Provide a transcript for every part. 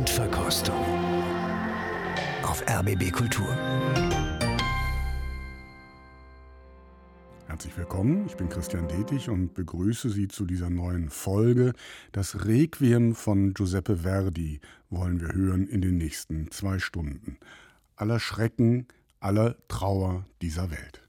Mundverkostung auf RBB Kultur. Herzlich willkommen, ich bin Christian Detig und begrüße Sie zu dieser neuen Folge. Das Requiem von Giuseppe Verdi wollen wir hören in den nächsten 2 Stunden. Aller Schrecken, aller Trauer dieser Welt.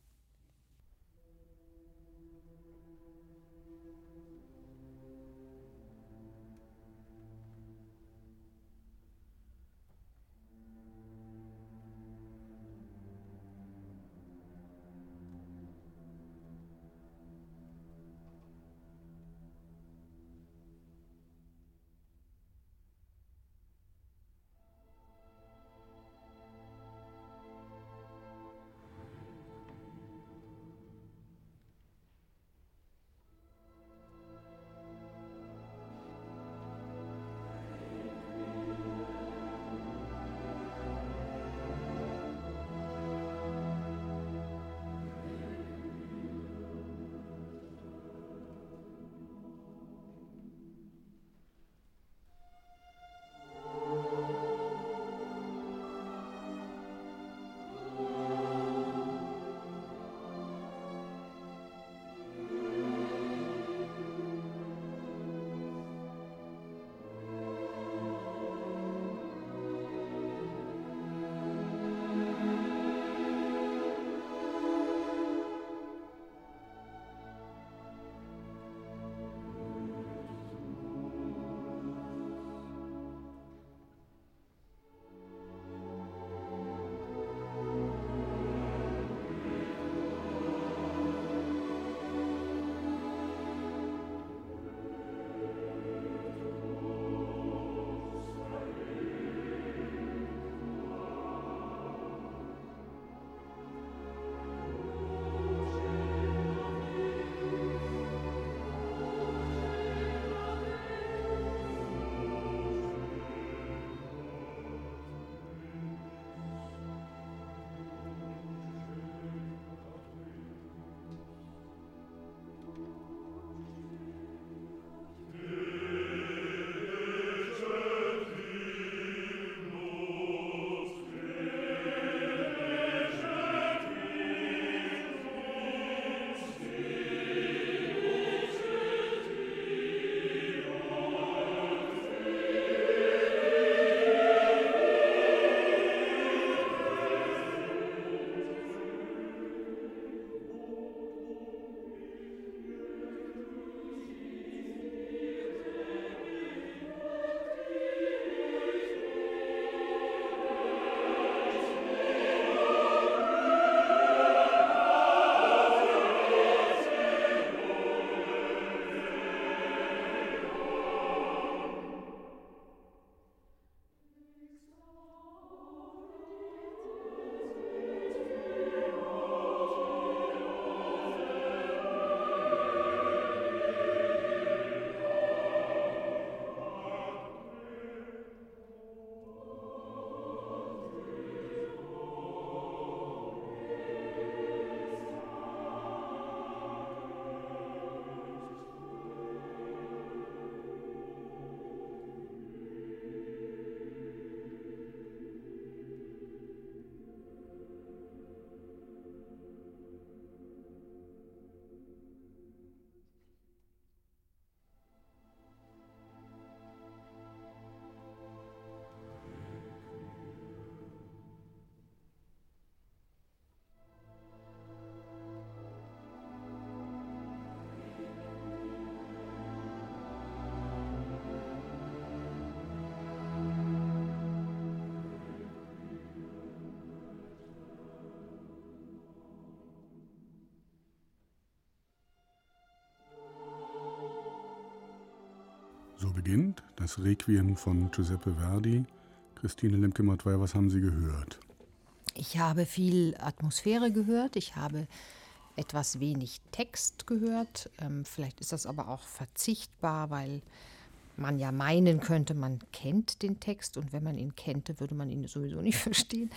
So beginnt das Requiem von Giuseppe Verdi. Christine Lemke-Matwei, was haben Sie gehört? Ich habe viel Atmosphäre gehört, ich habe etwas wenig Text gehört. Vielleicht ist das aber auch verzichtbar, weil man ja meinen könnte, man kennt den Text und wenn man ihn kannte, würde man ihn sowieso nicht verstehen.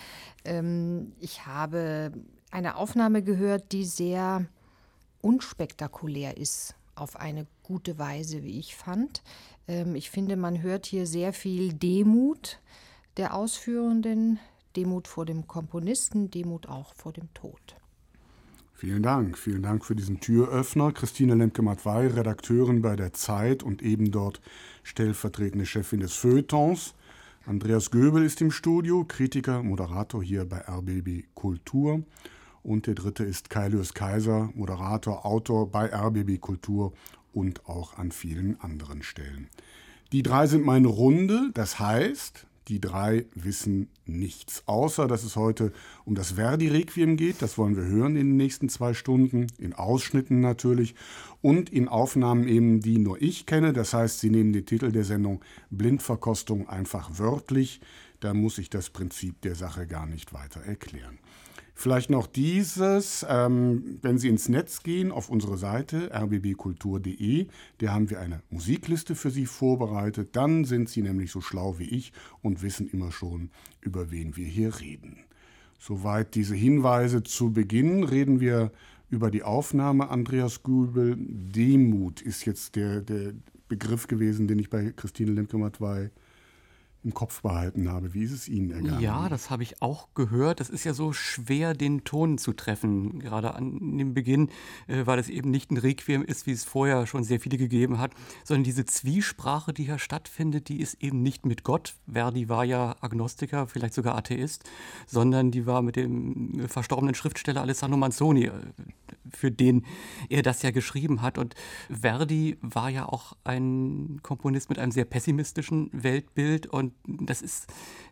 Ich habe eine Aufnahme gehört, die sehr unspektakulär ist auf eine gute Weise, wie ich fand. Ich finde, man hört hier sehr viel Demut der Ausführenden, Demut vor dem Komponisten, Demut auch vor dem Tod. Vielen Dank für diesen Türöffner. Christine Lemke-Matwei, Redakteurin bei der Zeit und eben dort stellvertretende Chefin des Feuilletons. Andreas Göbel ist im Studio, Kritiker, Moderator hier bei RBB Kultur. Und der dritte ist Kai Lewis Kaiser, Moderator, Autor bei RBB Kultur und auch an vielen anderen Stellen. Die drei sind meine Runde, das heißt, die drei wissen nichts, außer dass es heute um das Verdi-Requiem geht. Das wollen wir hören in den nächsten 2 Stunden, in Ausschnitten natürlich und in Aufnahmen eben, die nur ich kenne. Das heißt, sie nehmen den Titel der Sendung Blindverkostung einfach wörtlich. Da muss ich das Prinzip der Sache gar nicht weiter erklären. Vielleicht noch dieses, wenn Sie ins Netz gehen, auf unsere Seite rbbkultur.de, da haben wir eine Musikliste für Sie vorbereitet. Dann sind Sie nämlich so schlau wie ich und wissen immer schon, über wen wir hier reden. Soweit diese Hinweise zu Beginn, reden wir über die Aufnahme. Andreas Göbel, Demut ist jetzt der Begriff gewesen, den ich bei Christine Lemke-Matwei im Kopf behalten habe. Wie ist es Ihnen ergangen? Ja, das habe ich auch gehört. Das ist ja so schwer, den Ton zu treffen. Gerade an dem Beginn, weil es eben nicht ein Requiem ist, wie es vorher schon sehr viele gegeben hat, sondern diese Zwiesprache, die hier stattfindet, die ist eben nicht mit Gott. Verdi war ja Agnostiker, vielleicht sogar Atheist, sondern die war mit dem verstorbenen Schriftsteller Alessandro Manzoni, für den er das ja geschrieben hat. Und Verdi war ja auch ein Komponist mit einem sehr pessimistischen Weltbild und das ist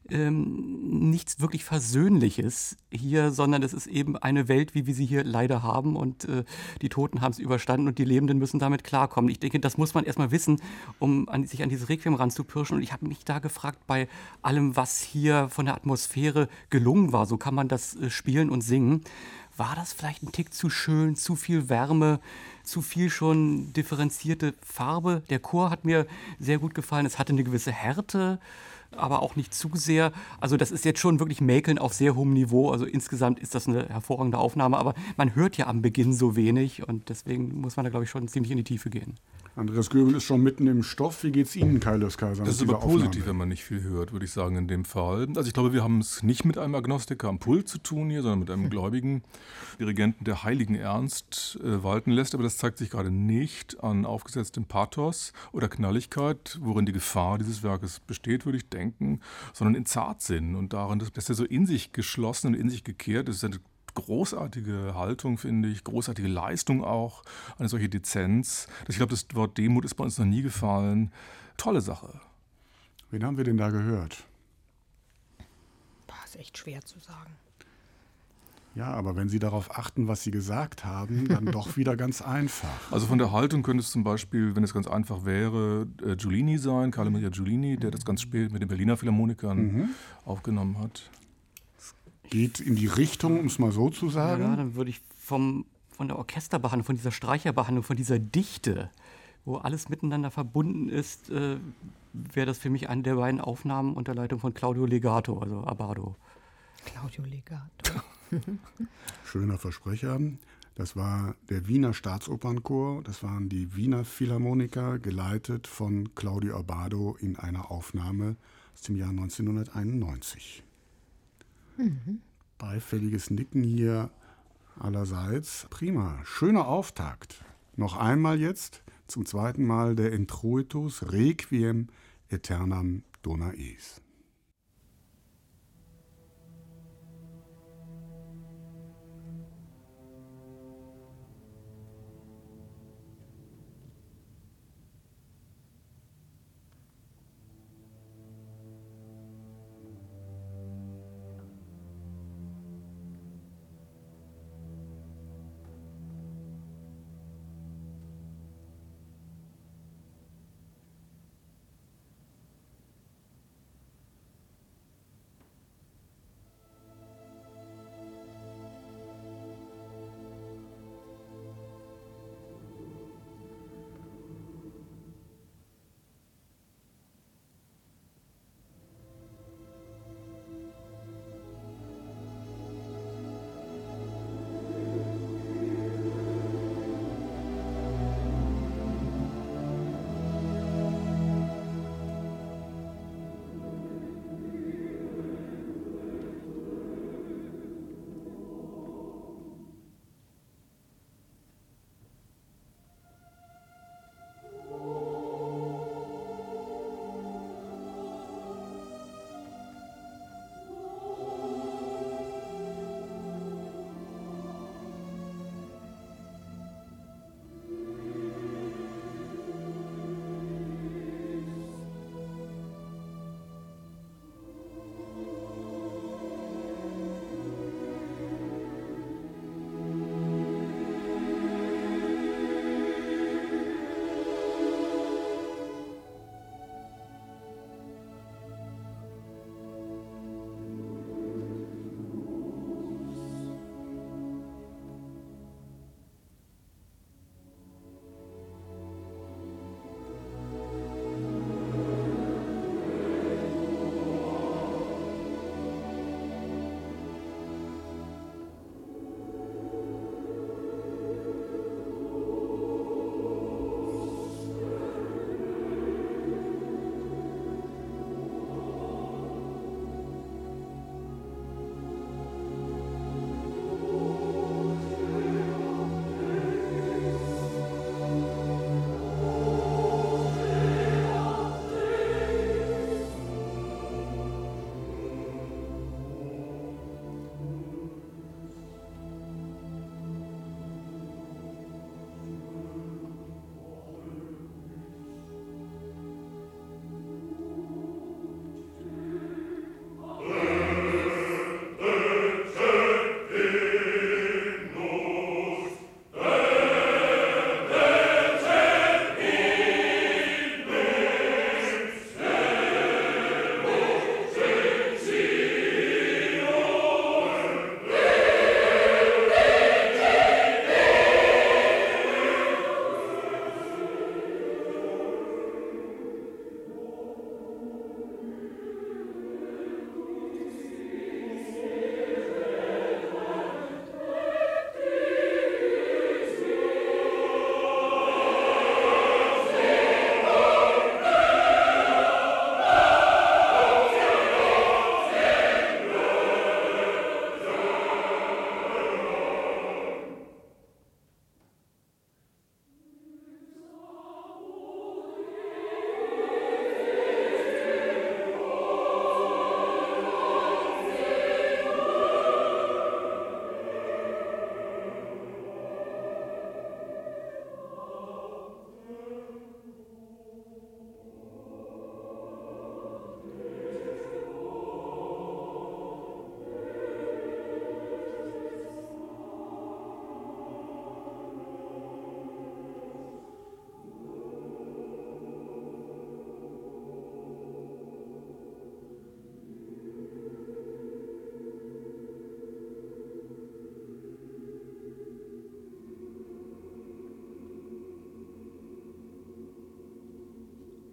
nichts wirklich Versöhnliches hier, sondern es ist eben eine Welt, wie wir sie hier leider haben und die Toten haben es überstanden und die Lebenden müssen damit klarkommen. Ich denke, das muss man erstmal wissen, um sich an dieses Requiem ranzupirschen und ich habe mich da gefragt, bei allem, was hier von der Atmosphäre gelungen war, so kann man das spielen und singen, war das vielleicht ein Tick zu schön, zu viel Wärme, zu viel schon differenzierte Farbe? Der Chor hat mir sehr gut gefallen. Es hatte eine gewisse Härte, aber auch nicht zu sehr. Also das ist jetzt schon wirklich Mäkeln auf sehr hohem Niveau. Also insgesamt ist das eine hervorragende Aufnahme, aber man hört ja am Beginn so wenig und deswegen muss man da, glaube ich, schon ziemlich in die Tiefe gehen. Andreas Göbel ist schon mitten im Stoff. Wie geht es Ihnen, Kai Lewis Kaiser? Das ist aber positiv, wenn man nicht viel hört, würde ich sagen, in dem Fall. Also ich glaube, wir haben es nicht mit einem Agnostiker am Pult zu tun hier, sondern mit einem gläubigen Dirigenten, der heiligen Ernst walten lässt. Aber das zeigt sich gerade nicht an aufgesetztem Pathos oder Knalligkeit, worin die Gefahr dieses Werkes besteht, würde ich denken, sondern in Zartsinn und darin, dass er so in sich geschlossen und in sich gekehrt ist. Eine großartige Haltung, finde ich, großartige Leistung auch, eine solche Dezenz. Ich glaube, das Wort Demut ist bei uns noch nie gefallen. Tolle Sache. Wen haben wir denn da gehört? Ist echt schwer zu sagen. Ja, aber wenn Sie darauf achten, was Sie gesagt haben, dann doch wieder ganz einfach. Also von der Haltung könnte es zum Beispiel, wenn es ganz einfach wäre, Giulini sein, Carlo Maria Giulini, der das ganz spät mit den Berliner Philharmonikern aufgenommen hat. Geht in die Richtung, um es mal so zu sagen. Ja, dann würde ich von der Orchesterbehandlung, von dieser Streicherbehandlung, von dieser Dichte, wo alles miteinander verbunden ist, wäre das für mich eine der beiden Aufnahmen unter Leitung von Claudio Legato, also Abbado. Claudio Legato. Schöner Versprecher. Das war der Wiener Staatsopernchor, das waren die Wiener Philharmoniker, geleitet von Claudio Abbado in einer Aufnahme aus dem Jahr 1991. Beifälliges Nicken hier allerseits. Prima, schöner Auftakt. Noch einmal jetzt, zum zweiten Mal der Introitus Requiem Aeternam Dona Eis.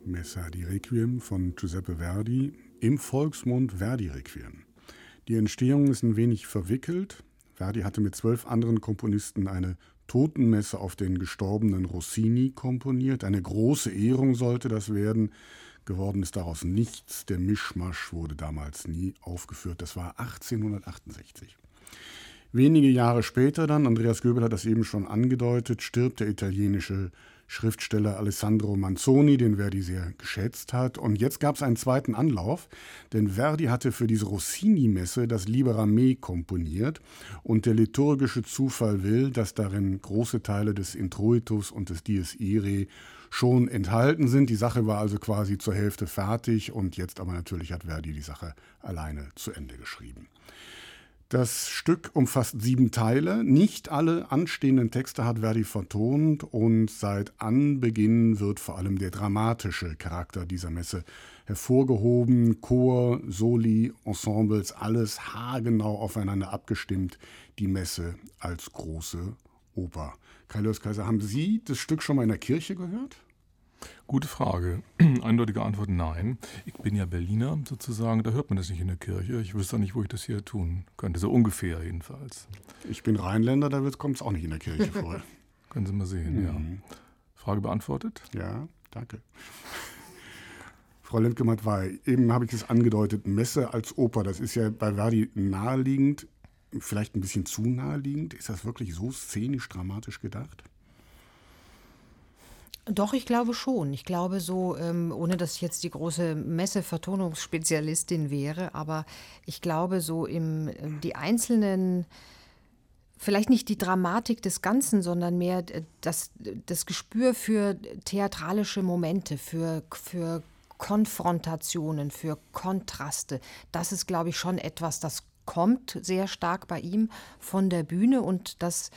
Messa di Requiem von Giuseppe Verdi, im Volksmund Verdi-Requiem. Die Entstehung ist ein wenig verwickelt. Verdi hatte mit 12 anderen Komponisten eine Totenmesse auf den gestorbenen Rossini komponiert. Eine große Ehrung sollte das werden. Geworden ist daraus nichts. Der Mischmasch wurde damals nie aufgeführt. Das war 1868. Wenige Jahre später dann, Andreas Göbel hat das eben schon angedeutet, stirbt der italienische Schriftsteller Alessandro Manzoni, den Verdi sehr geschätzt hat. Und jetzt gab es einen zweiten Anlauf, denn Verdi hatte für diese Rossini-Messe das Libera Me komponiert. Und der liturgische Zufall will, dass darin große Teile des Introitus und des Dies Irae schon enthalten sind. Die Sache war also quasi zur Hälfte fertig und jetzt aber natürlich hat Verdi die Sache alleine zu Ende geschrieben. Das Stück umfasst 7 Teile. Nicht alle anstehenden Texte hat Verdi vertont und seit Anbeginn wird vor allem der dramatische Charakter dieser Messe hervorgehoben. Chor, Soli, Ensembles, alles haargenau aufeinander abgestimmt. Die Messe als große Oper. Kai-Lewis Kaiser, haben Sie das Stück schon mal in der Kirche gehört? Gute Frage. Eindeutige Antwort: Nein. Ich bin ja Berliner sozusagen, da hört man das nicht in der Kirche. Ich wüsste auch nicht, wo ich das hier tun könnte, so ungefähr jedenfalls. Ich bin Rheinländer, da kommt es auch nicht in der Kirche vor. Können Sie mal sehen, ja. Frage beantwortet? Ja, danke. Frau Lemke-Matwei, eben habe ich es angedeutet, Messe als Oper, das ist ja bei Verdi naheliegend, vielleicht ein bisschen zu naheliegend. Ist das wirklich so szenisch dramatisch gedacht? Doch, ich glaube schon. Ich glaube so, ohne dass ich jetzt die große Messe-Vertonungsspezialistin wäre, aber ich glaube so die einzelnen, vielleicht nicht die Dramatik des Ganzen, sondern mehr das Gespür für theatralische Momente, für Konfrontationen, für Kontraste. Das ist, glaube ich, schon etwas, das kommt sehr stark bei ihm von der Bühne und das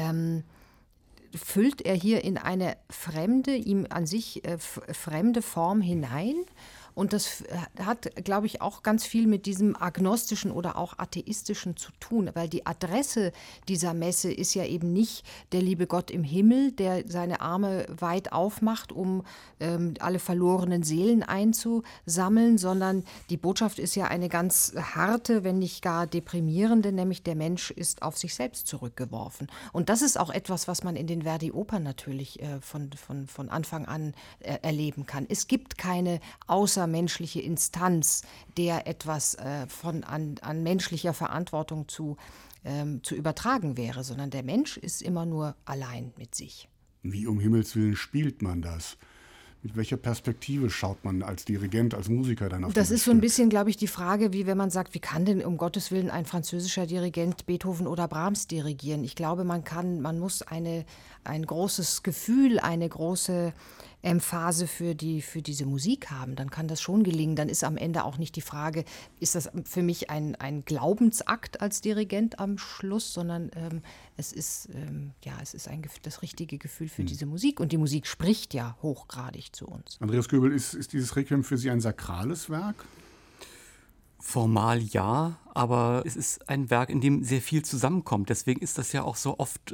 füllt er hier in eine fremde, ihm an sich fremde Form hinein. Und das hat, glaube ich, auch ganz viel mit diesem agnostischen oder auch atheistischen zu tun, weil die Adresse dieser Messe ist ja eben nicht der liebe Gott im Himmel, der seine Arme weit aufmacht, um alle verlorenen Seelen einzusammeln, sondern die Botschaft ist ja eine ganz harte, wenn nicht gar deprimierende, nämlich der Mensch ist auf sich selbst zurückgeworfen. Und das ist auch etwas, was man in den Verdi-Opern natürlich von Anfang an erleben kann. Es gibt keine außermenschliche Instanz, der etwas an menschlicher Verantwortung zu übertragen wäre, sondern der Mensch ist immer nur allein mit sich. Wie um Himmels Willen spielt man das? Mit welcher Perspektive schaut man als Dirigent, als Musiker dann auf das? Das ist so Stück? ein bisschen, glaube ich, die Frage, wie wenn man sagt, wie kann denn um Gottes Willen ein französischer Dirigent Beethoven oder Brahms dirigieren? Ich glaube, man muss ein großes Gefühl, eine große Emphase für diese Musik haben, dann kann das schon gelingen. Dann ist am Ende auch nicht die Frage, ist das für mich ein Glaubensakt als Dirigent am Schluss, sondern es ist das richtige Gefühl für diese Musik. Und die Musik spricht ja hochgradig zu uns. Andreas Göbel, ist dieses Requiem für Sie ein sakrales Werk? Formal ja, aber es ist ein Werk, in dem sehr viel zusammenkommt. Deswegen ist das ja auch so oft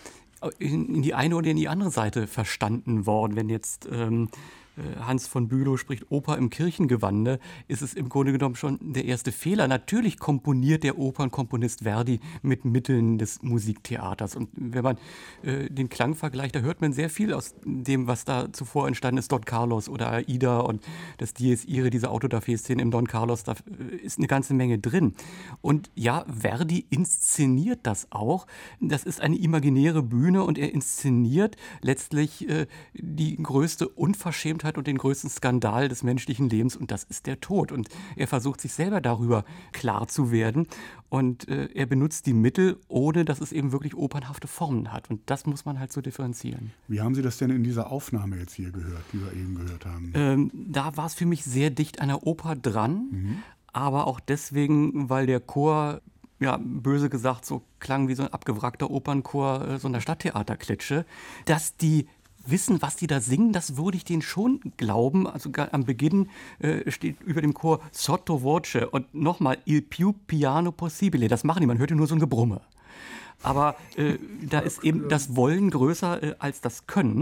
in die eine oder in die andere Seite verstanden worden. Wenn jetzt Hans von Bülow spricht Oper im Kirchengewande, ist es im Grunde genommen schon der erste Fehler. Natürlich komponiert der Opernkomponist Verdi mit Mitteln des Musiktheaters. Und wenn man den Klang vergleicht, da hört man sehr viel aus dem, was da zuvor entstanden ist. Don Carlos oder Aida und das Dies Irae, diese Autodafé-Szene im Don Carlos, da ist eine ganze Menge drin. Und ja, Verdi inszeniert das auch. Das ist eine imaginäre Bühne und er inszeniert letztlich die größte Unverschämtheit und den größten Skandal des menschlichen Lebens, und das ist der Tod. Und er versucht sich selber darüber klar zu werden und er benutzt die Mittel, ohne dass es eben wirklich opernhafte Formen hat. Und das muss man halt so differenzieren. Wie haben Sie das denn in dieser Aufnahme jetzt hier gehört, die wir eben gehört haben? Da war es für mich sehr dicht an der Oper dran, aber auch deswegen, weil der Chor, ja, böse gesagt, so klang wie so ein abgewrackter Opernchor so einer Stadttheaterklitsche, dass die wissen, was die da singen, das würde ich denen schon glauben. Also am Beginn steht über dem Chor Sotto voce und nochmal Il più piano possibile. Das machen die, man hört ja nur so ein Gebrumme. Aber da ist eben das Wollen größer als das Können.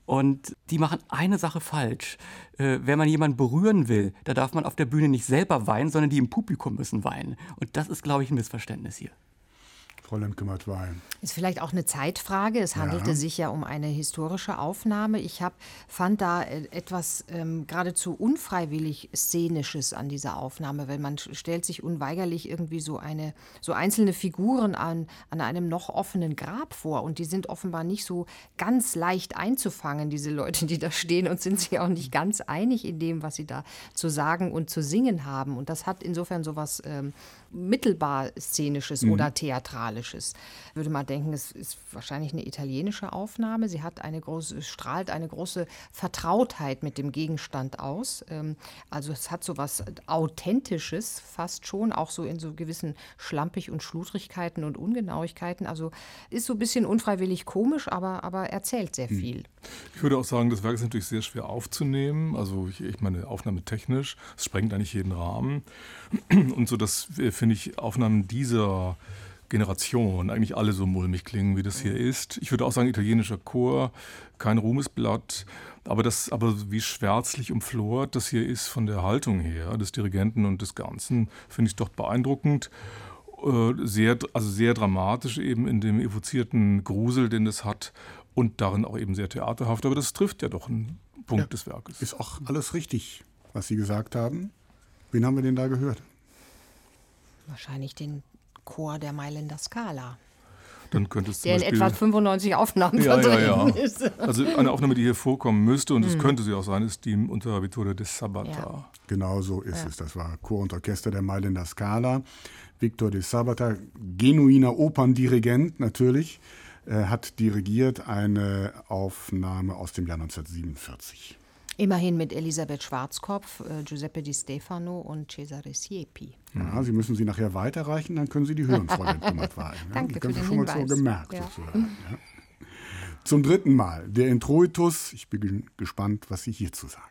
Und die machen eine Sache falsch. Wenn man jemanden berühren will, da darf man auf der Bühne nicht selber weinen, sondern die im Publikum müssen weinen. Und das ist, glaube ich, ein Missverständnis hier. Frau Lemke-Matwei. Ist vielleicht auch eine Zeitfrage. Es handelte sich ja um eine historische Aufnahme. Ich fand da etwas geradezu unfreiwillig Szenisches an dieser Aufnahme, weil man stellt sich unweigerlich irgendwie so einzelne Figuren an einem noch offenen Grab vor. Und die sind offenbar nicht so ganz leicht einzufangen, diese Leute, die da stehen, und sind sich auch nicht ganz einig in dem, was sie da zu sagen und zu singen haben. Und das hat insofern so was mittelbar Szenisches oder Theatralisches. Würde man denken, es ist wahrscheinlich eine italienische Aufnahme. Sie hat strahlt eine große Vertrautheit mit dem Gegenstand aus. Also es hat so was Authentisches fast schon, auch so in so gewissen Schlampig- und Schludrigkeiten und Ungenauigkeiten. Also ist so ein bisschen unfreiwillig komisch, aber erzählt sehr viel. Ich würde auch sagen, das Werk ist natürlich sehr schwer aufzunehmen. Also ich meine, aufnahmetechnisch, es sprengt eigentlich jeden Rahmen. Und so, dass, finde ich, Aufnahmen dieser Generation eigentlich alle so mulmig klingen, wie das hier ist. Ich würde auch sagen, italienischer Chor, kein Ruhmesblatt, aber wie schwärzlich umflort das hier ist von der Haltung her, des Dirigenten und des Ganzen, finde ich doch beeindruckend. Sehr dramatisch eben in dem evozierten Grusel, den es hat, und darin auch eben sehr theaterhaft. Aber das trifft ja doch einen Punkt des Werkes. Ist auch alles richtig, was Sie gesagt haben. Wen haben wir denn da gehört? Wahrscheinlich den Chor der Mailänder Scala, Dann könnte es der zum in Beispiel, etwa 95 Aufnahmen vertreten ist. Also eine Aufnahme, die hier vorkommen müsste, und es könnte sie auch sein, ist die unter Vittorio de Sabata. Ja. Genau so ist es. Das war Chor und Orchester der Mailänder Scala. Victor de Sabata, genuiner Operndirigent natürlich, hat dirigiert eine Aufnahme aus dem Jahr 1947. Immerhin mit Elisabeth Schwarzkopf, Giuseppe Di Stefano und Cesare Siepi. Ja, Sie müssen sie nachher weiterreichen, dann können Sie die hören, Frau Lemke-Matwei. Danke das für den schon mal so Hinweis. gemerkt, Ja. sozusagen. Ja. Zum dritten Mal, der Introitus. Ich bin gespannt, was Sie hierzu sagen.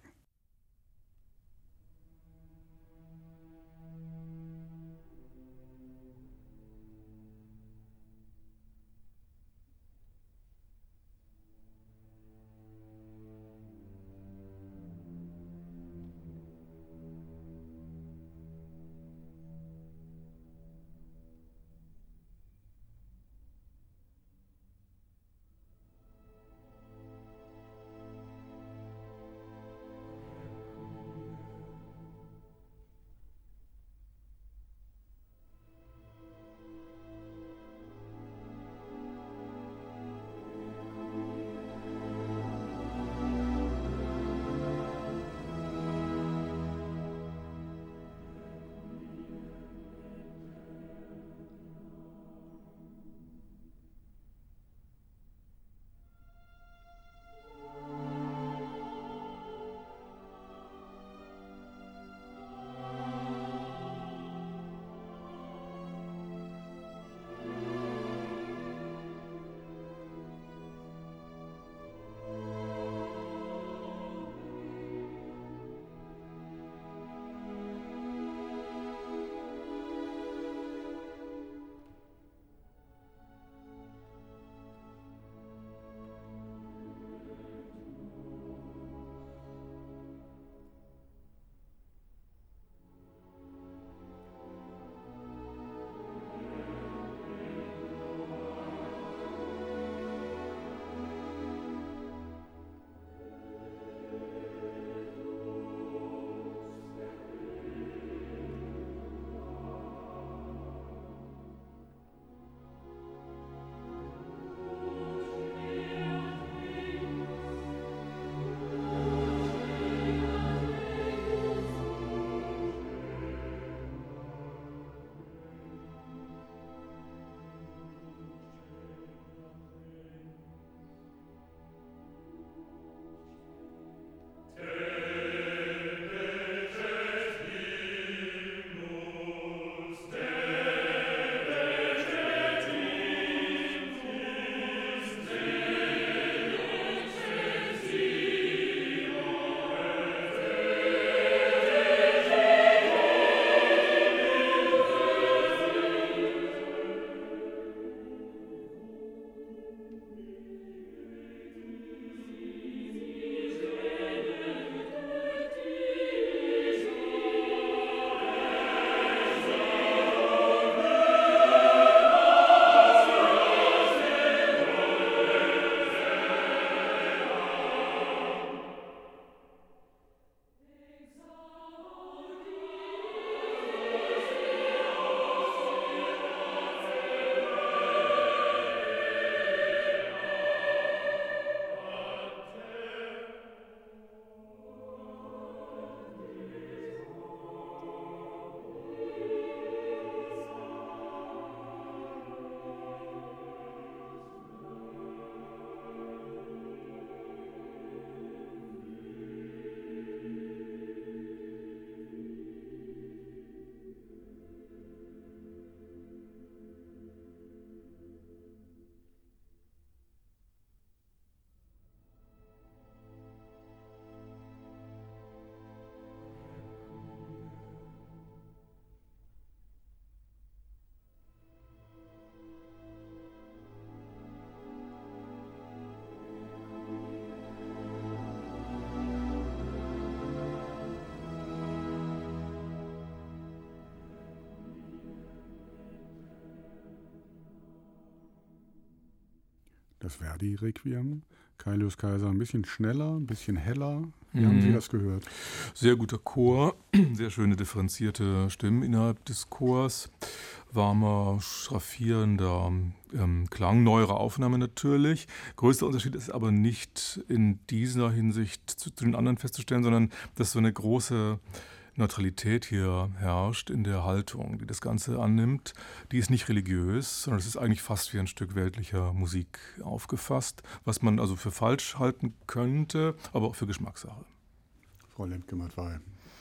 das Verdi-Requiem. Kailius Kaiser ein bisschen schneller, ein bisschen heller. Wie haben Sie das gehört? Sehr guter Chor, sehr schöne differenzierte Stimmen innerhalb des Chors. Warmer, schraffierender Klang, neuere Aufnahme natürlich. Größter Unterschied ist aber nicht in dieser Hinsicht zu den anderen festzustellen, sondern dass so eine große Neutralität hier herrscht in der Haltung, die das Ganze annimmt. Die ist nicht religiös, sondern es ist eigentlich fast wie ein Stück weltlicher Musik aufgefasst, was man also für falsch halten könnte, aber auch für Geschmackssache. Frau Lemke-Matwei.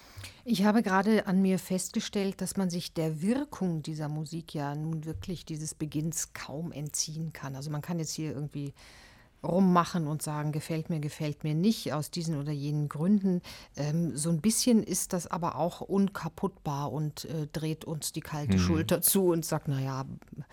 Ich habe gerade an mir festgestellt, dass man sich der Wirkung dieser Musik ja nun wirklich dieses Beginns kaum entziehen kann. Also man kann jetzt hier irgendwie rummachen und sagen, gefällt mir nicht, aus diesen oder jenen Gründen. So ein bisschen ist das aber auch unkaputtbar und dreht uns die kalte Schulter zu und sagt, naja,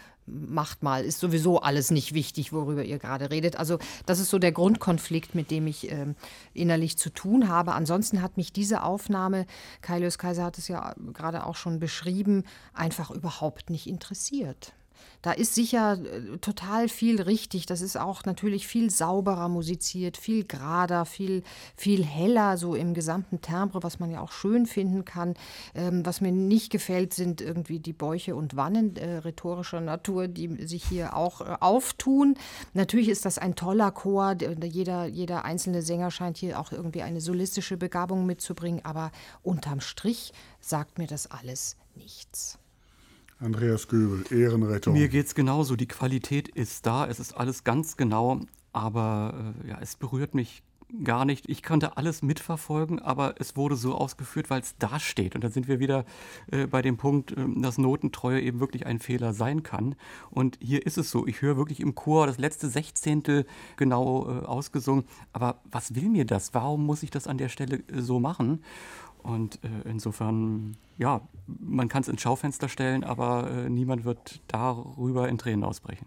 macht mal, ist sowieso alles nicht wichtig, worüber ihr gerade redet. Also das ist so der Grundkonflikt, mit dem ich innerlich zu tun habe. Ansonsten hat mich diese Aufnahme, Kailius Kaiser hat es ja gerade auch schon beschrieben, einfach überhaupt nicht interessiert. Da ist sicher total viel richtig. Das ist auch natürlich viel sauberer musiziert, viel gerader, viel heller so im gesamten Timbre, was man ja auch schön finden kann. Was mir nicht gefällt, sind irgendwie die Bäuche und Wannen rhetorischer Natur, die sich hier auch auftun. Natürlich ist das ein toller Chor. Jeder einzelne Sänger scheint hier auch irgendwie eine solistische Begabung mitzubringen. Aber unterm Strich sagt mir das alles nichts. Andreas Göbel, Ehrenrettung. Mir geht es genauso. Die Qualität ist da, es ist alles ganz genau, aber es berührt mich gar nicht. Ich konnte alles mitverfolgen, aber es wurde so ausgeführt, weil es da steht. Und da sind wir wieder bei dem Punkt, dass Notentreue eben wirklich ein Fehler sein kann. Und hier ist es so, ich höre wirklich im Chor das letzte Sechzehntel genau ausgesungen. Aber was will mir das? Warum muss ich das an der Stelle so machen? Und insofern, ja, man kann es ins Schaufenster stellen, aber niemand wird darüber in Tränen ausbrechen.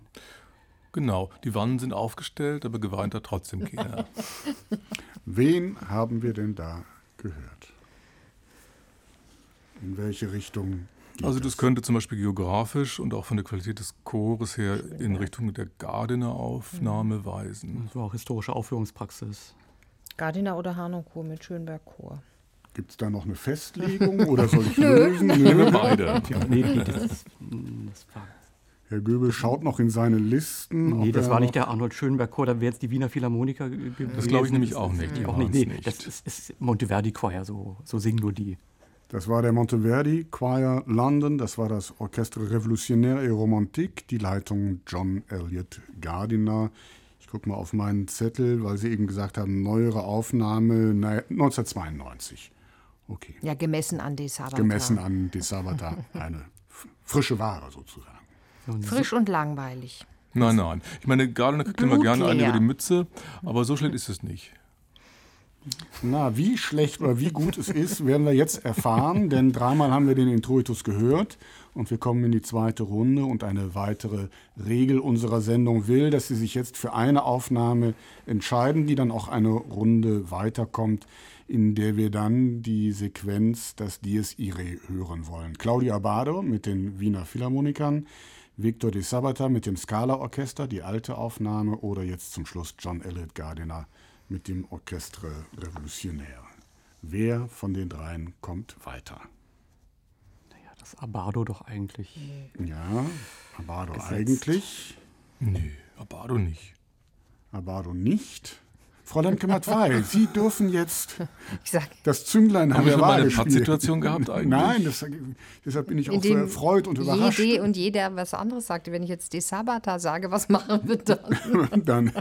Genau, die Wannen sind aufgestellt, aber geweint hat trotzdem keiner. Wen haben wir denn da gehört? In welche Richtung geht Also das könnte zum Beispiel geografisch und auch von der Qualität des Chores her in Richtung der Gardiner Aufnahme weisen. Das war auch historische Aufführungspraxis. Gardiner oder Hanau-Chor mit Schönberg-Chor. Gibt es da noch eine Festlegung oder soll ich lösen? Nö. Beide. Das war Herr Göbel schaut noch in seine Listen. Nee, das war nicht der Arnold Schönberg-Chor, da wäre jetzt die Wiener Philharmoniker gewesen. Das glaube ich nämlich auch nicht. Die auch nicht. Nee, das ist Monteverdi-Choir, so singen nur die. Das war der Monteverdi Choir London, das war das Orchestre Révolutionnaire et Romantique, die Leitung John Elliott Gardiner. Ich gucke mal auf meinen Zettel, weil Sie eben gesagt haben, neuere Aufnahme 1992. Okay. Ja, gemessen an De Sabata. Gemessen an De Sabata, eine frische Ware sozusagen. Frisch und langweilig. Nein. Ich meine, Gardiner kriegt immer gerne einen Blutleer. über die Mütze, aber so schlecht ist es nicht. Na, wie schlecht oder wie gut es ist, werden wir jetzt erfahren, denn dreimal haben wir den Introitus gehört und wir kommen in die zweite Runde und eine weitere Regel unserer Sendung will, dass Sie sich jetzt für eine Aufnahme entscheiden, die dann auch eine Runde weiterkommt, in der wir dann die Sequenz das Dies Irae hören wollen. Claudio Abbado mit den Wiener Philharmonikern, Victor De Sabata mit dem Scala-Orchester, die alte Aufnahme, oder jetzt zum Schluss John Elliott Gardiner mit dem Orchestre Révolutionnaire. Wer von den dreien kommt weiter? Naja, das Abbado doch eigentlich. Ja, Abbado Gesetzt. Eigentlich. Nee, Abbado nicht. Abbado nicht. Frau Lemke-Matwei, Sie dürfen jetzt Ich sag, das Zünglein an Haben wir der schon mal Waage eine spielen. Pattsituation gehabt eigentlich? Nein, deshalb bin ich auch so erfreut und überrascht. jede und jeder was anderes sagte. Wenn ich jetzt De Sabata sage, was machen wir dann? Dann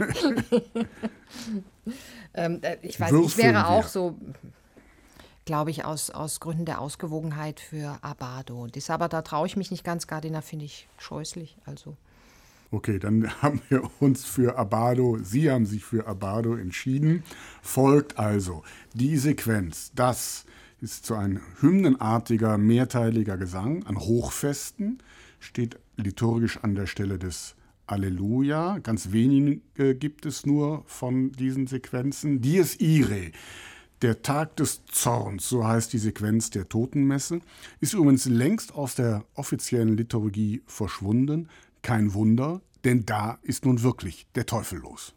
Ich weiß nicht, ich Würfeln wäre auch wir. so, glaube ich, aus Gründen der Ausgewogenheit für Abbado. De Sabata traue ich mich nicht ganz, Gardiner finde ich scheußlich. Also. Okay, dann haben wir uns für Abbado, Sie haben sich für Abbado entschieden. Folgt also die Sequenz. Das ist so ein hymnenartiger, mehrteiliger Gesang an Hochfesten, steht liturgisch an der Stelle des Alleluja. Ganz wenige gibt es nur von diesen Sequenzen. Dies Irae, der Tag des Zorns, so heißt die Sequenz der Totenmesse, ist übrigens längst aus der offiziellen Liturgie verschwunden. Kein Wunder, Denn da ist nun wirklich der Teufel los.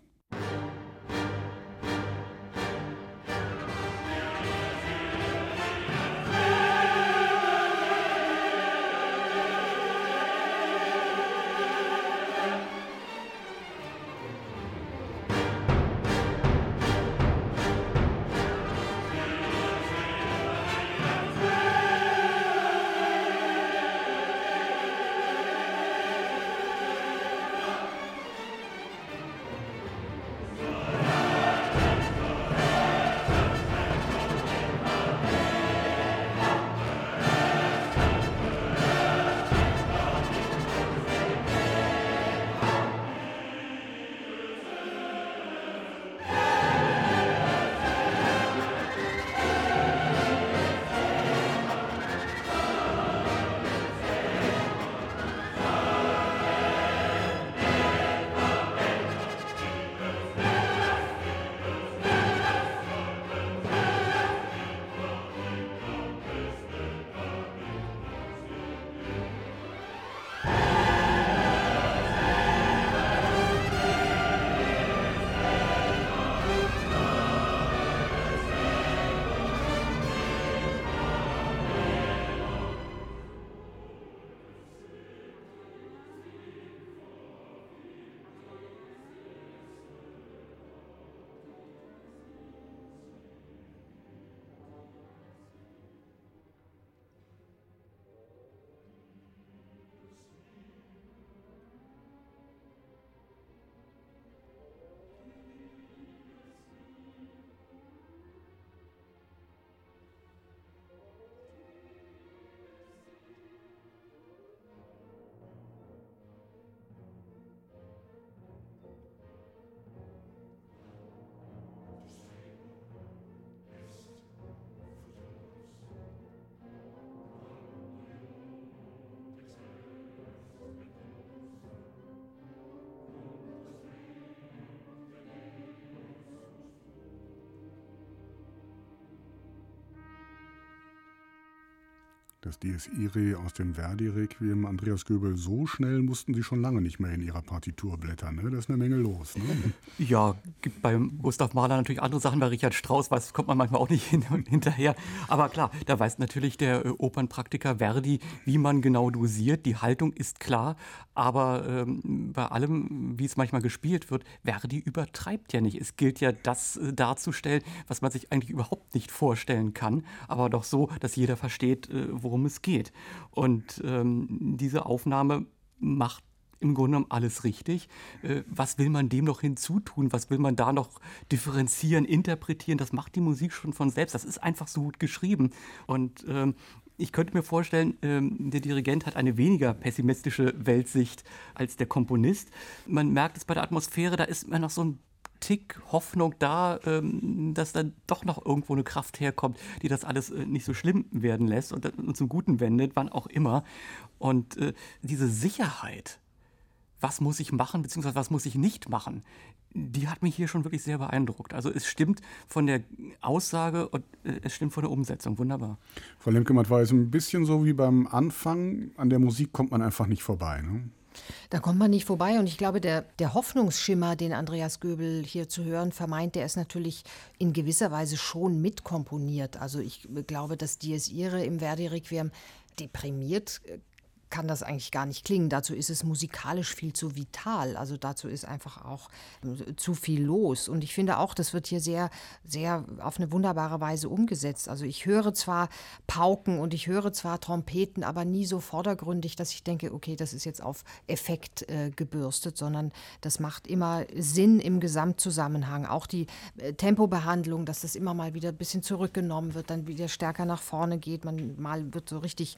Das Dies Irae aus dem Verdi-Requiem, Andreas Göbel, so schnell mussten Sie schon lange nicht mehr in Ihrer Partitur blättern. Ne? Da ist eine Menge los. Ne? Ja, gibt beim Gustav Mahler natürlich andere Sachen. Bei Richard Strauss kommt man manchmal auch nicht hinterher. Aber klar, da weiß natürlich der Opernpraktiker Verdi, wie man genau dosiert. Die Haltung ist klar. Aber bei allem, wie es manchmal gespielt wird, Verdi übertreibt ja nicht. Es gilt ja, das darzustellen, was man sich eigentlich überhaupt nicht vorstellen kann. Aber doch so, dass jeder versteht, worum es geht. Und diese Aufnahme macht im Grunde genommen alles richtig. Was will man dem noch hinzutun? Was will man da noch differenzieren, interpretieren? Das macht die Musik schon von selbst. Das ist einfach so gut geschrieben. Und ich könnte mir vorstellen, der Dirigent hat eine weniger pessimistische Weltsicht als der Komponist. Man merkt es bei der Atmosphäre, da ist immer noch so ein Tick Hoffnung da, dass dann doch noch irgendwo eine Kraft herkommt, die das alles nicht so schlimm werden lässt und zum Guten wendet, wann auch immer. Und diese Sicherheit, was muss ich machen, beziehungsweise was muss ich nicht machen, die hat mich hier schon wirklich sehr beeindruckt. Also es stimmt von der Aussage und es stimmt von der Umsetzung. Wunderbar. Frau Lemke-Matt, war es ein bisschen so wie beim Anfang. An der Musik kommt man einfach nicht vorbei, ne? Da kommt man nicht vorbei und ich glaube, der Hoffnungsschimmer, den Andreas Göbel hier zu hören vermeint, der ist natürlich in gewisser Weise schon mitkomponiert. Also ich glaube, dass Dies Irae im Verdi-Requiem deprimiert kann das eigentlich gar nicht klingen. Dazu ist es musikalisch viel zu vital. Also dazu ist einfach auch zu viel los. Und ich finde auch, das wird hier sehr, sehr auf eine wunderbare Weise umgesetzt. Also ich höre zwar Pauken und ich höre zwar Trompeten, aber nie so vordergründig, dass ich denke, okay, das ist jetzt auf Effekt gebürstet, sondern das macht immer Sinn im Gesamtzusammenhang. Auch die Tempobehandlung, dass das immer mal wieder ein bisschen zurückgenommen wird, dann wieder stärker nach vorne geht. Mal wird so richtig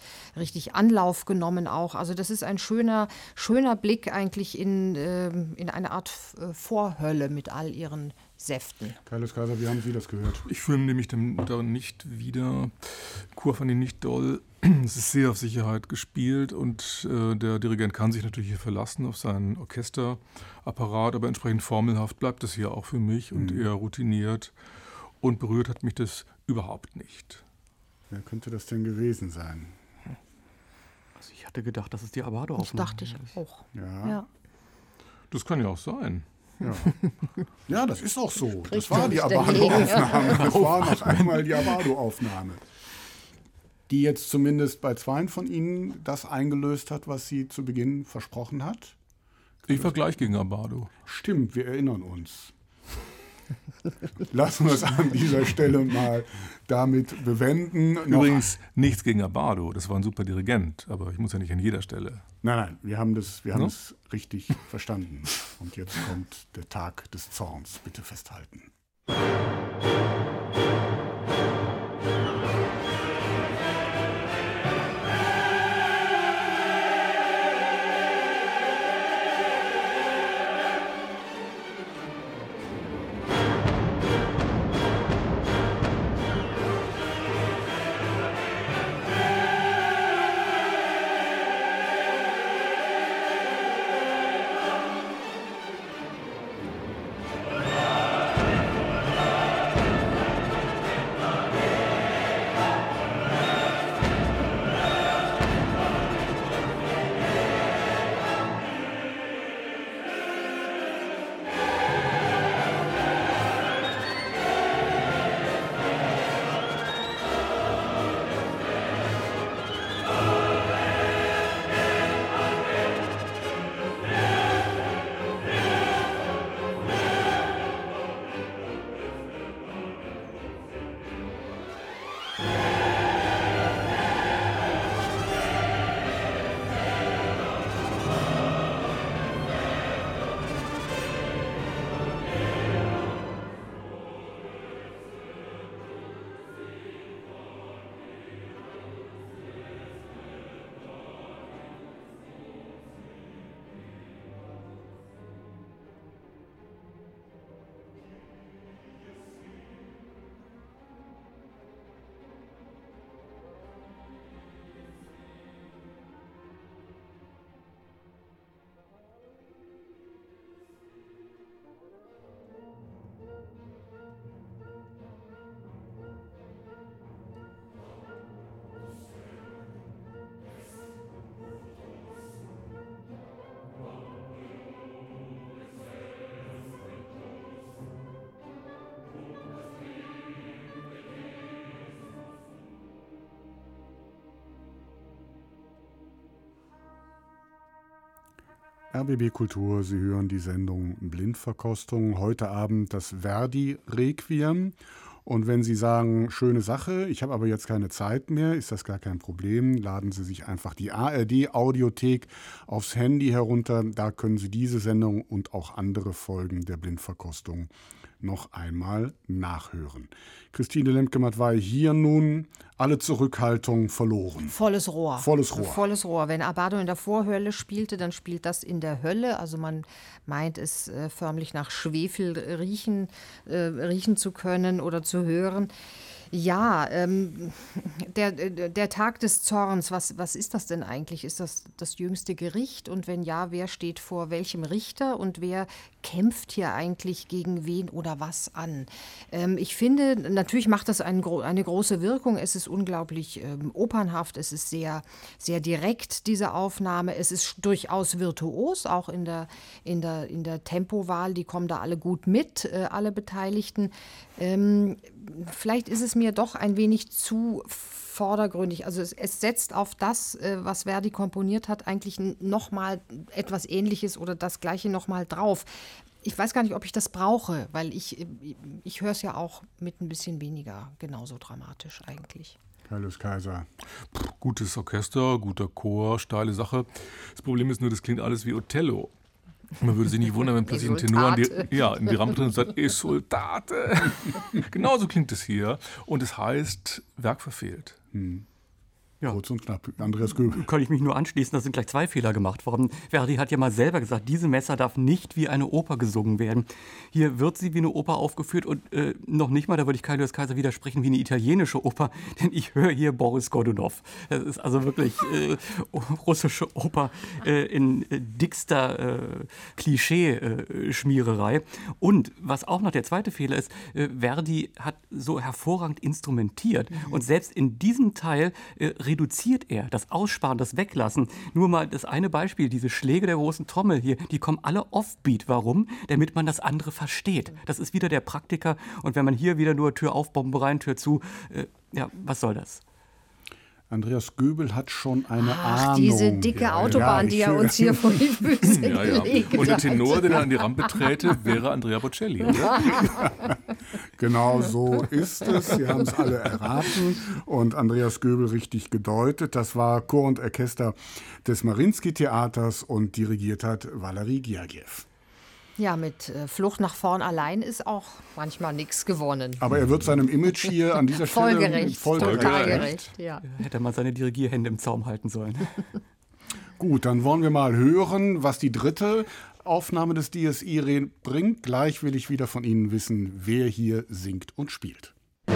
Anlauf genommen auch. Also das ist ein schöner Blick eigentlich in eine Art Vorhölle mit all ihren Säften. Carlos Kaiser, wie haben Sie das gehört? Ich fühle nämlich darin nicht wieder. Chor fand ich nicht doll. Es ist sehr auf Sicherheit gespielt und der Dirigent kann sich natürlich hier verlassen auf seinen Orchesterapparat, aber entsprechend formelhaft bleibt es hier auch für mich und eher routiniert. Und berührt hat mich das überhaupt nicht. Wer könnte das denn gewesen sein? Also ich hatte gedacht, das ist die Abbado-Aufnahme. Das dachte ich auch. Ja. Das kann ja auch sein. Ja, das ist auch so. Das war die Abado-Aufnahme. Das war noch einmal die Abado-Aufnahme. Die jetzt zumindest bei zweien von Ihnen das eingelöst hat, was sie zu Beginn versprochen hat. Ich war gleich gegen Abado. Stimmt, wir erinnern uns. Lassen wir es an dieser Stelle mal damit bewenden. Übrigens nichts gegen Abado, das war ein super Dirigent, aber ich muss ja nicht an jeder Stelle. Nein, wir haben es richtig verstanden. Und jetzt kommt der Tag des Zorns. Bitte festhalten. RBB Kultur, Sie hören die Sendung Blindverkostung. Heute Abend das Verdi-Requiem. Und wenn Sie sagen, schöne Sache, ich habe aber jetzt keine Zeit mehr, ist das gar kein Problem. Laden Sie sich einfach die ARD-Audiothek aufs Handy herunter. Da können Sie diese Sendung und auch andere Folgen der Blindverkostung noch einmal nachhören. Christine Lemke-Matwei hier nun, alle Zurückhaltung verloren. Volles Rohr. Volles Rohr. Volles Rohr. Wenn Abado in der Vorhölle spielte, dann spielt das in der Hölle. Also man meint es förmlich nach Schwefel riechen zu können oder zu hören. Ja, der Tag des Zorns, was ist das denn eigentlich? Ist das jüngste Gericht? Und wenn ja, wer steht vor welchem Richter? Und wer kämpft hier eigentlich gegen wen oder was an? Ich finde, natürlich macht das eine große Wirkung. Es ist unglaublich opernhaft, es ist sehr, sehr direkt, diese Aufnahme. Es ist durchaus virtuos, auch in der Tempowahl. Die kommen da alle gut mit, alle Beteiligten. Vielleicht ist es mir doch ein wenig zu vordergründig. Also es setzt auf das, was Verdi komponiert hat, eigentlich nochmal etwas Ähnliches oder das Gleiche nochmal drauf. Ich weiß gar nicht, ob ich das brauche, weil ich höre es ja auch mit ein bisschen weniger genauso dramatisch eigentlich. Carlos Kaiser. Gutes Orchester, guter Chor, steile Sache. Das Problem ist nur, das klingt alles wie Othello. Man würde sich nicht wundern, wenn plötzlich ein Tenor in die Rampe drin sagt, Esultate. Genauso klingt es hier. Und es heißt, Werk verfehlt. Ja. Kurz und knapp. Andreas Göbel. Kann ich mich nur anschließen, da sind gleich zwei Fehler gemacht worden. Verdi hat ja mal selber gesagt, diese Messa darf nicht wie eine Oper gesungen werden. Hier wird sie wie eine Oper aufgeführt und noch nicht mal, da würde ich Carlos Kaiser widersprechen, wie eine italienische Oper, denn ich höre hier Boris Godunov. Das ist also wirklich russische Oper in dickster Klischee-Schmiererei. Und was auch noch der zweite Fehler ist, Verdi hat so hervorragend instrumentiert und selbst in diesem Teil reduziert er, das Aussparen, das Weglassen. Nur mal das eine Beispiel, diese Schläge der großen Trommel hier, die kommen alle offbeat. Warum? Damit man das andere versteht. Das ist wieder der Praktiker. Und wenn man hier wieder nur Tür auf, Bombe rein, Tür zu, ja, was soll das? Andreas Göbel hat schon eine Ahnung. Diese dicke Autobahn, die er uns hier vor die Füße gelegt hat. Und der Tenor, der an die Rampe träte, wäre Andrea Bocelli, oder? Genau so ist es. Sie haben es alle erraten und Andreas Göbel richtig gedeutet. Das war Chor und Orchester des Mariinsky-Theaters und dirigiert hat Valery Gergiev. Ja, mit Flucht nach vorn allein ist auch manchmal nichts gewonnen. Aber er wird seinem Image hier an dieser Stelle total gerecht. Ja. Hätte man seine Dirigierhände im Zaum halten sollen. Gut, dann wollen wir mal hören, was die dritte Aufnahme des Dies Irae bringt. Gleich will ich wieder von Ihnen wissen, wer hier singt und spielt.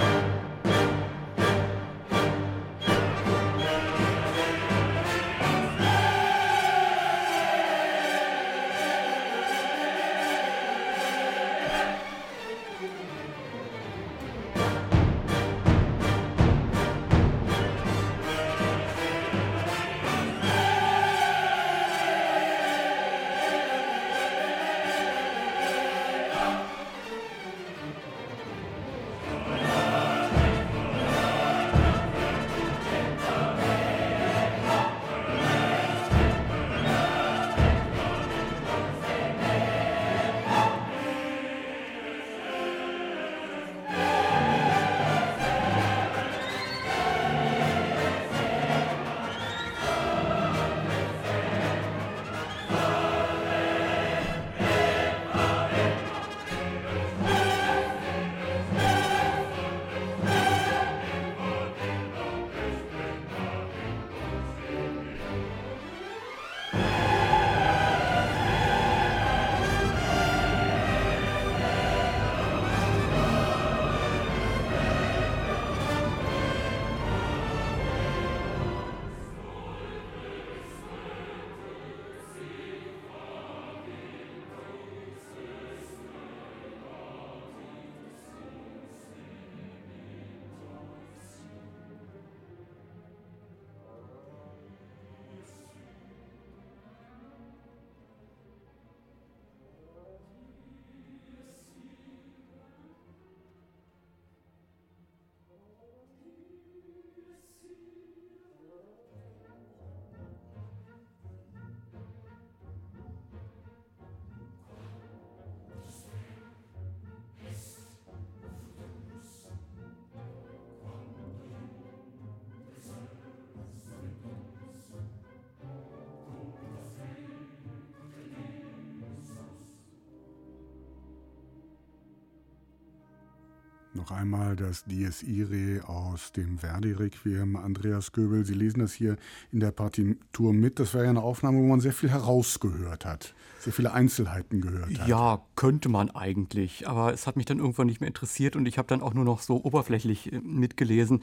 Noch einmal das Dies Irae aus dem Verdi-Requiem. Andreas Göbel, Sie lesen das hier in der Partitur mit. Das war ja eine Aufnahme, wo man sehr viel herausgehört hat, sehr viele Einzelheiten gehört hat. Ja, könnte man eigentlich. Aber es hat mich dann irgendwann nicht mehr interessiert und ich habe dann auch nur noch so oberflächlich mitgelesen.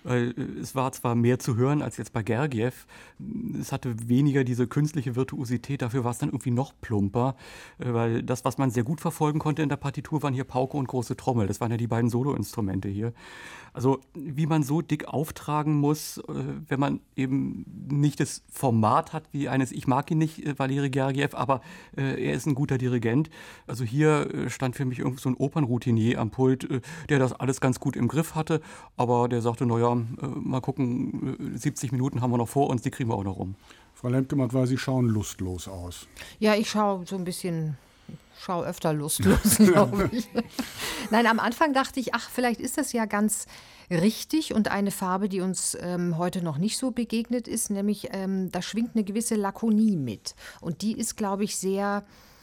Es war zwar mehr zu hören als jetzt bei Gergiev. Es hatte weniger diese künstliche Virtuosität. Dafür war es dann irgendwie noch plumper. Weil das, was man sehr gut verfolgen konnte in der Partitur, waren hier Pauke und große Trommel. Das waren ja die beiden Soloinstrumente hier. Also wie man so dick auftragen muss, wenn man eben nicht das Format hat wie eines, ich mag ihn nicht, Valery Gergiev, aber er ist ein guter Dirigent. Also hier stand für mich irgendwie so ein Opernroutinier am Pult, der das alles ganz gut im Griff hatte, aber der sagte, naja, mal gucken, 70 Minuten haben wir noch vor uns, die kriegen wir auch noch rum. Frau Lemke-Mattwey, Sie schauen lustlos aus. Ja, ich schaue so ein bisschen... Schau öfter lustlos, glaube ich. Nein, am Anfang dachte ich, ach, vielleicht ist das ja ganz richtig und eine Farbe, die uns heute noch nicht so begegnet ist, nämlich da schwingt eine gewisse Lakonie mit. Und die ist, glaube ich, sehr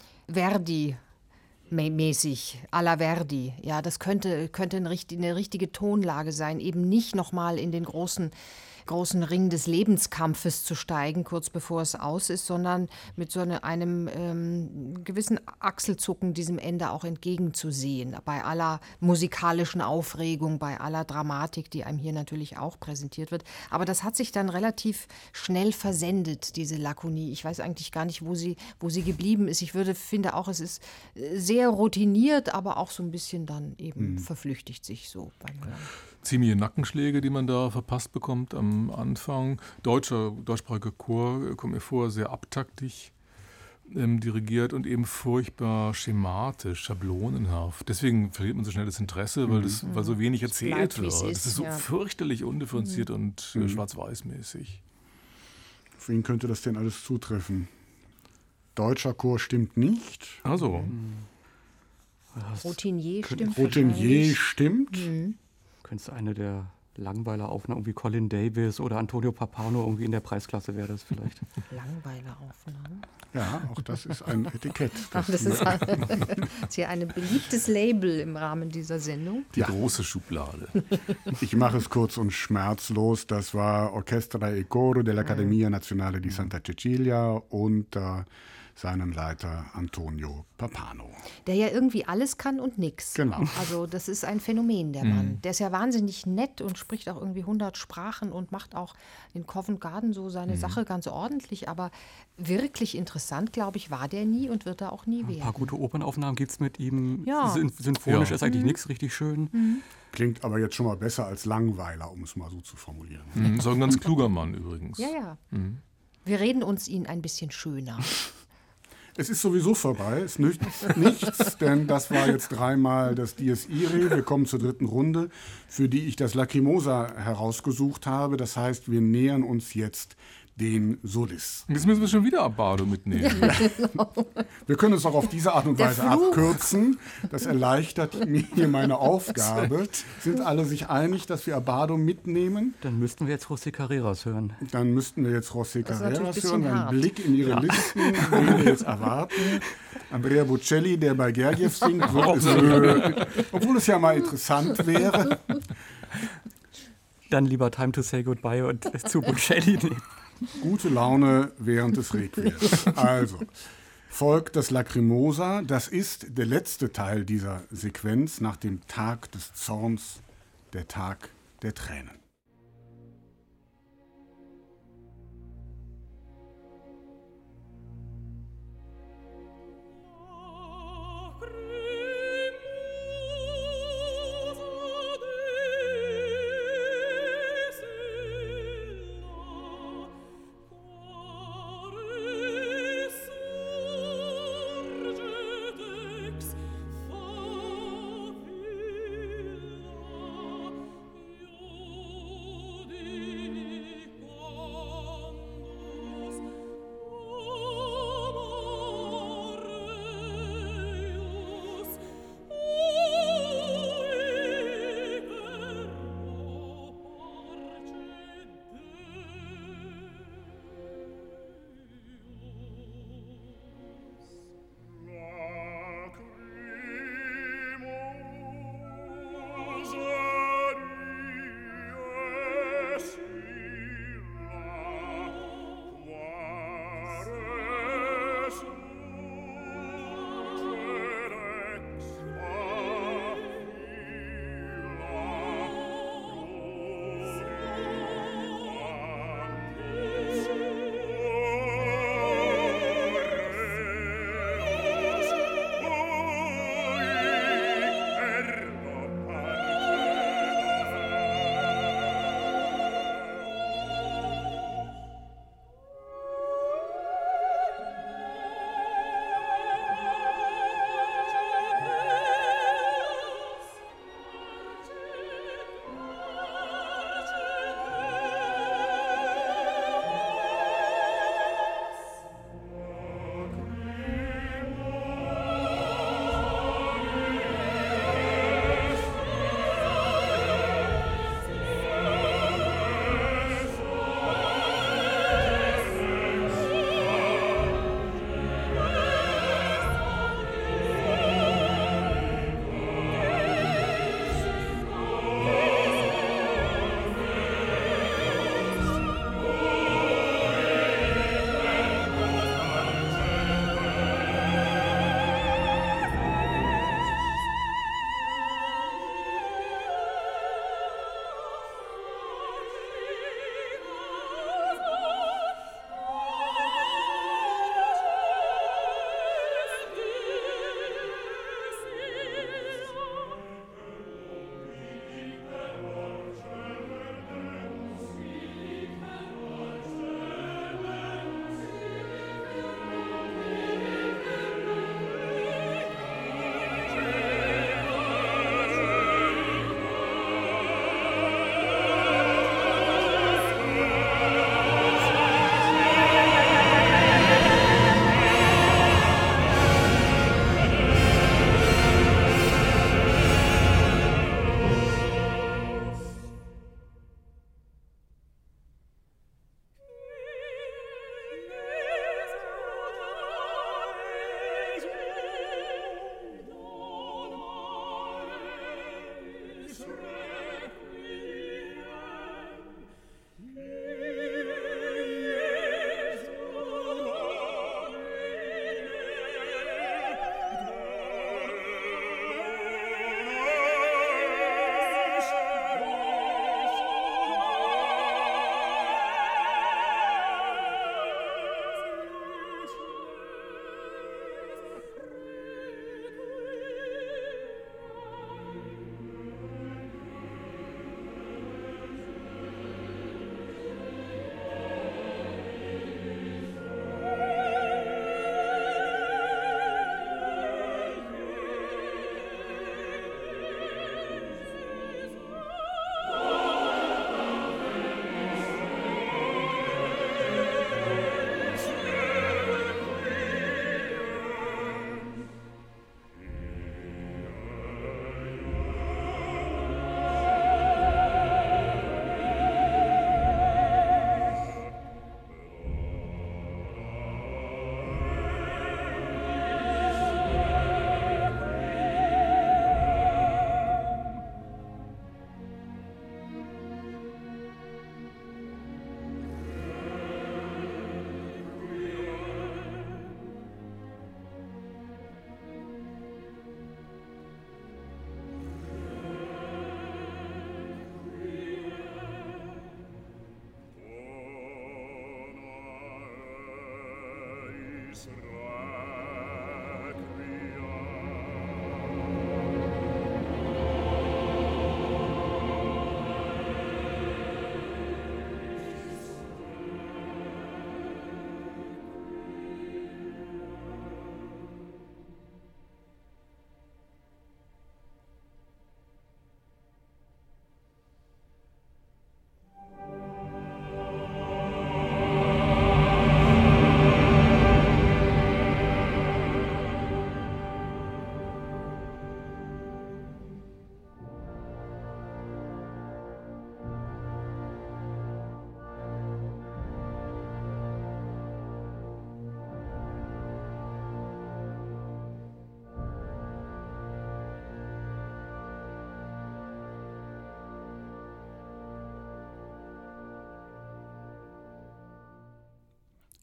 Verdi-mäßig, à la Verdi. Ja, das könnte eine richtige Tonlage sein, eben nicht nochmal in den großen Ring des Lebenskampfes zu steigen, kurz bevor es aus ist, sondern mit so einem gewissen Achselzucken diesem Ende auch entgegenzusehen. Bei aller musikalischen Aufregung, bei aller Dramatik, die einem hier natürlich auch präsentiert wird. Aber das hat sich dann relativ schnell versendet, diese Lakonie. Ich weiß eigentlich gar nicht, wo sie geblieben ist. Ich finde auch, es ist sehr routiniert, aber auch so ein bisschen dann eben verflüchtigt sich so beim Hören. ziemliche Nackenschläge, die man da verpasst bekommt am Anfang. Deutschsprachiger Chor, kommt mir vor, sehr abtaktig dirigiert und eben furchtbar schematisch, schablonenhaft. Deswegen verliert man so schnell das Interesse, weil so wenig erzählt wird. Das ist so fürchterlich undifferenziert und schwarz-weiß-mäßig. Auf wen könnte das denn alles zutreffen? Deutscher Chor stimmt nicht. Also. Routinier stimmt. Routinier stimmt. Könnte es eine der Langweiler-Aufnahmen, wie Colin Davis oder Antonio Pappano, irgendwie in der Preisklasse wäre das vielleicht. Langweiler-Aufnahmen? Ja, auch das ist ein Etikett. Das ist hier ein beliebtes Label im Rahmen dieser Sendung. Die große Schublade. Ich mache es kurz und schmerzlos. Das war Orchestra e Coro dell'Accademia Nazionale di Santa Cecilia unter seinem Leiter Antonio Pappano. Der ja irgendwie alles kann und nix. Genau. Also das ist ein Phänomen, der Mann. Der ist ja wahnsinnig nett und spricht auch irgendwie 100 Sprachen und macht auch in Covent Garden so seine Sache ganz ordentlich. Aber wirklich interessant, glaube ich, war der nie und wird er auch nie werden. Ein paar gute Opernaufnahmen gibt es mit ihm. Ja. Symphonisch ist eigentlich nichts richtig schön. Klingt aber jetzt schon mal besser als Langweiler, um es mal so zu formulieren. So ein ganz kluger Mann übrigens. Ja. Wir reden uns ihn ein bisschen schöner. Es ist sowieso vorbei, es nützt nichts, denn das war jetzt dreimal das Dies Irae. Wir kommen zur dritten Runde, für die ich das Lacrimosa herausgesucht habe. Das heißt, wir nähern uns jetzt den Solis. Jetzt müssen wir schon wieder Abbado mitnehmen. Wir können es auch auf diese Art und Weise abkürzen. Das erleichtert mir meine Aufgabe. Sind alle sich einig, dass wir Abbado mitnehmen? Dann müssten wir jetzt José Carreras hören. Dann müssten wir jetzt José Carreras hören. Ein hart. Blick in Ihre Listen, den wir jetzt erwarten. Andrea Bocelli, der bei Gergiev singt, obwohl es ja mal interessant wäre. Dann lieber Time to Say Goodbye und zu Bocelli nehmen. Gute Laune während des Requiems. Also, folgt das Lacrimosa. Das ist der letzte Teil dieser Sequenz nach dem Tag des Zorns, der Tag der Tränen. Oh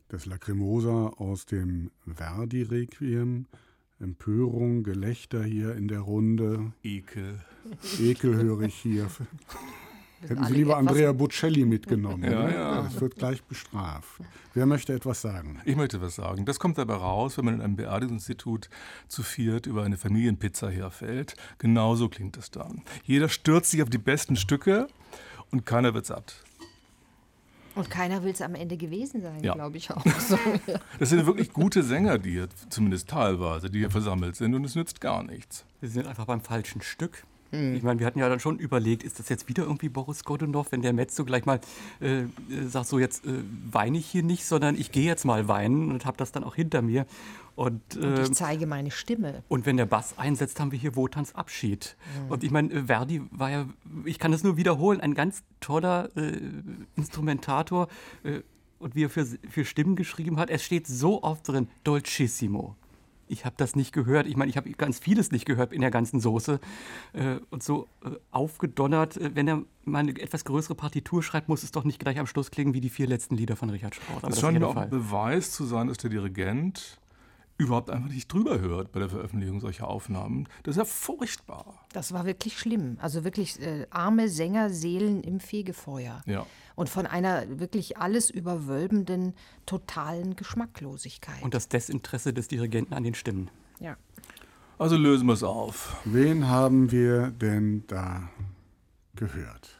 Das Lacrimosa aus dem Verdi-Requiem. Empörung, Gelächter hier in der Runde. Ekel. Ekel höre ich hier. Hätten Sie lieber Andrea Bocelli mitgenommen. Ja, ja. Das wird gleich bestraft. Wer möchte etwas sagen? Ich möchte was sagen. Das kommt dabei raus, wenn man in einem Beerdigungsinstitut zu viert über eine Familienpizza herfällt. Genauso klingt es dann. Jeder stürzt sich auf die besten Stücke und keiner wird satt. Und keiner will es am Ende gewesen sein, Ja. glaube ich auch. So. Das sind wirklich gute Sänger, die hier, zumindest teilweise, die hier versammelt sind und es nützt gar nichts. Wir sind einfach beim falschen Stück. Ich meine, wir hatten ja dann schon überlegt, ist das jetzt wieder irgendwie Boris Godunov, wenn der Mezzo gleich mal sagt, so jetzt weine ich hier nicht, sondern ich gehe jetzt mal weinen und habe das dann auch hinter mir. Und Ich zeige meine Stimme. und wenn der Bass einsetzt, haben wir hier Wotans Abschied. Und ich meine, Verdi war ja, ich kann das nur wiederholen, ein ganz toller Instrumentator. Und wie er für Stimmen geschrieben hat, es steht so oft drin, Dolcissimo. Ich habe das nicht gehört. Ich meine, ich habe ganz vieles nicht gehört in der ganzen Soße. Und so aufgedonnert, wenn er mal eine etwas größere Partitur schreibt, muss es doch nicht gleich am Schluss klingen wie die 4 letzten Lieder von Richard Strauss. Das scheint mir auch ein Beweis zu sein, dass der Dirigent überhaupt einfach nicht drüber hört bei der Veröffentlichung solcher Aufnahmen. Das ist ja furchtbar. Das war wirklich schlimm. Also wirklich arme Sängerseelen im Fegefeuer. Ja. Und von einer wirklich alles überwölbenden, totalen Geschmacklosigkeit. Und das Desinteresse des Dirigenten an den Stimmen. Ja. Also lösen wir es auf. Wen haben wir denn da gehört?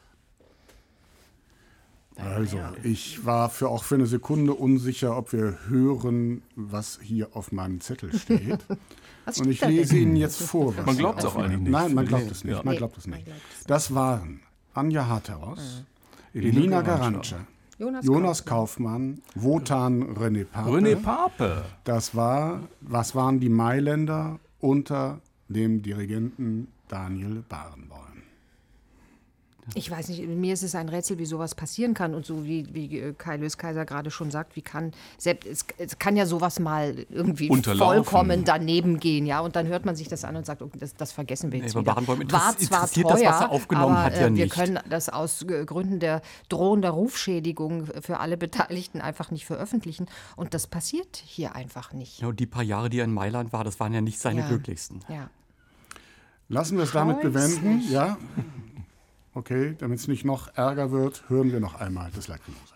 Also, ich war auch für eine Sekunde unsicher, ob wir hören, was hier auf meinem Zettel steht. Was Und steht ich da denn? lese Ihnen jetzt vor. Was Man hier glaubt es auch auf eigentlich meinem- nicht. Nein, man glaubt Nee. es nicht. Ja. Man Nee, glaubt es man nicht. glaubt es Das waren Anja Hateros, Elina Garantscha, Jonas Kaufmann, Wotan René Pape. René Pape. Was waren die Mailänder unter dem Dirigenten Daniel Barenboim? Ich weiß nicht, mir ist es ein Rätsel, wie sowas passieren kann. Und so wie Kai Löskaiser gerade schon sagt, es kann ja sowas mal irgendwie Unterlaufen. vollkommen daneben gehen. Ja? Und dann hört man sich das an und sagt, oh, das vergessen wir jetzt aber wieder. Barenboim War zwar interessiert teuer, das, was er aufgenommen aber hat, ja wir nicht. können das aus Gründen der drohender Rufschädigung für alle Beteiligten einfach nicht veröffentlichen. Und das passiert hier einfach nicht. Ja, und die paar Jahre, die er in Mailand war, das waren ja nicht seine Ja. glücklichsten. Ja. Lassen wir es damit bewenden? Ja? Okay, damit es nicht noch ärger wird, hören wir noch einmal das Lacrimosa.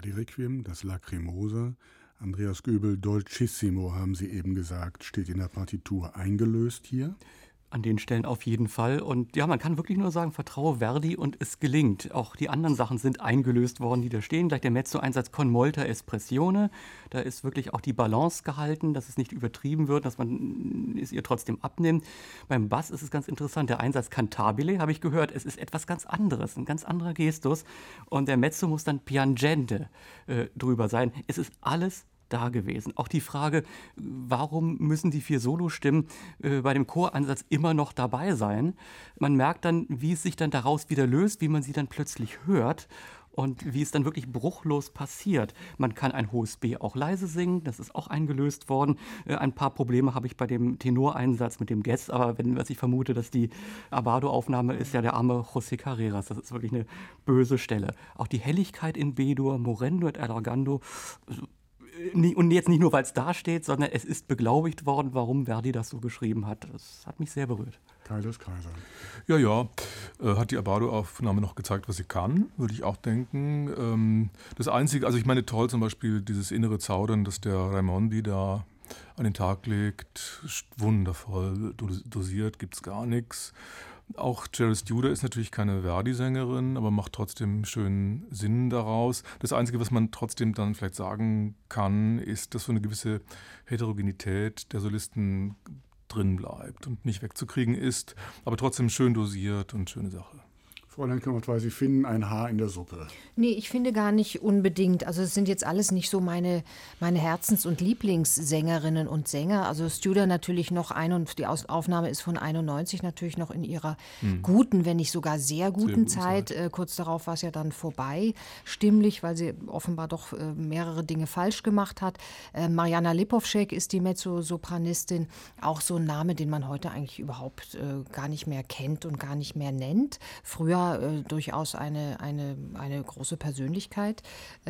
Verdi-Requiem, das Lacrimosa. Andreas Göbel, Dolcissimo, haben Sie eben gesagt, steht in der Partitur eingelöst hier. An den Stellen auf jeden Fall. Und ja, man kann wirklich nur sagen, vertraue Verdi und es gelingt. Auch die anderen Sachen sind eingelöst worden, die da stehen. Gleich der Mezzo-Einsatz Con molta espressione. Da ist wirklich auch die Balance gehalten, dass es nicht übertrieben wird, dass man es ihr trotzdem abnimmt. Beim Bass ist es ganz interessant. Der Einsatz Cantabile, habe ich gehört, es ist etwas ganz anderes, ein ganz anderer Gestus. Und der Mezzo muss dann piangente drüber sein. Es ist alles da gewesen. Auch die Frage, warum müssen die 4 Solostimmen bei dem Choransatz immer noch dabei sein? Man merkt dann, wie es sich dann daraus wieder löst, wie man sie dann plötzlich hört und wie es dann wirklich bruchlos passiert. Man kann ein hohes B auch leise singen, das ist auch eingelöst worden. Ein paar Probleme habe ich bei dem Tenoreinsatz mit dem Guest, aber was ich vermute, dass die Abbado-Aufnahme ist ja der arme José Carreras. Das ist wirklich eine böse Stelle. Auch die Helligkeit in B-Dur, Morendo et Allargando, und jetzt nicht nur, weil es da steht, sondern es ist beglaubigt worden, warum Verdi das so geschrieben hat. Das hat mich sehr berührt. Teil des Kaisers. Ja, hat die Abbado-Aufnahme noch gezeigt, was sie kann, würde ich auch denken. Das Einzige, also ich meine toll zum Beispiel dieses innere Zaudern, das der Raimondi da an den Tag legt, wundervoll dosiert, gibt es gar nichts. Auch Jerris Judah ist natürlich keine Verdi-Sängerin, aber macht trotzdem schönen Sinn daraus. Das Einzige, was man trotzdem dann vielleicht sagen kann, ist, dass so eine gewisse Heterogenität der Solisten drin bleibt und nicht wegzukriegen ist, aber trotzdem schön dosiert und schöne Sache. Fräulein Kümmert, Sie finden ein Haar in der Suppe. Nee, ich finde gar nicht unbedingt. Also es sind jetzt alles nicht so meine Herzens- und Lieblingssängerinnen und Sänger. Also Studer natürlich noch die Aufnahme ist von 91 natürlich noch in ihrer guten, wenn nicht sogar sehr guten Zeit. Kurz darauf war es ja dann vorbei, stimmlich, weil sie offenbar doch mehrere Dinge falsch gemacht hat. Mariana Lipovcek ist die Mezzosopranistin, auch so ein Name, den man heute eigentlich überhaupt gar nicht mehr kennt und gar nicht mehr nennt. Früher durchaus eine große Persönlichkeit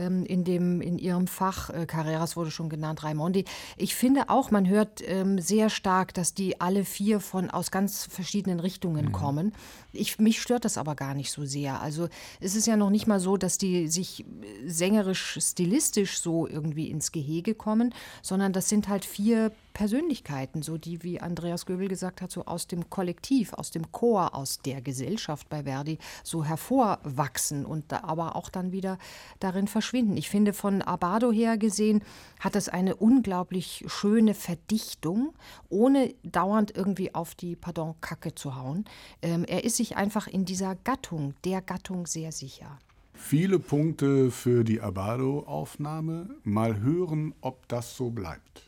in ihrem Fach. Carreras wurde schon genannt, Raimondi. Ich finde auch, man hört sehr stark, dass die alle 4 aus ganz verschiedenen Richtungen kommen. Mich stört das aber gar nicht so sehr. Also es ist ja noch nicht mal so, dass die sich sängerisch, stilistisch so irgendwie ins Gehege kommen, sondern das sind halt 4 Persönlichkeiten, so die, wie Andreas Göbel gesagt hat, so aus dem Kollektiv, aus dem Chor, aus der Gesellschaft bei Verdi so hervorwachsen und aber auch dann wieder darin verschwinden. Ich finde, von Abbado her gesehen hat das eine unglaublich schöne Verdichtung, ohne dauernd irgendwie auf die, Kacke zu hauen. Er ist sich einfach in dieser der Gattung sehr sicher. Viele Punkte für die Abbado-Aufnahme. Mal hören, ob das so bleibt.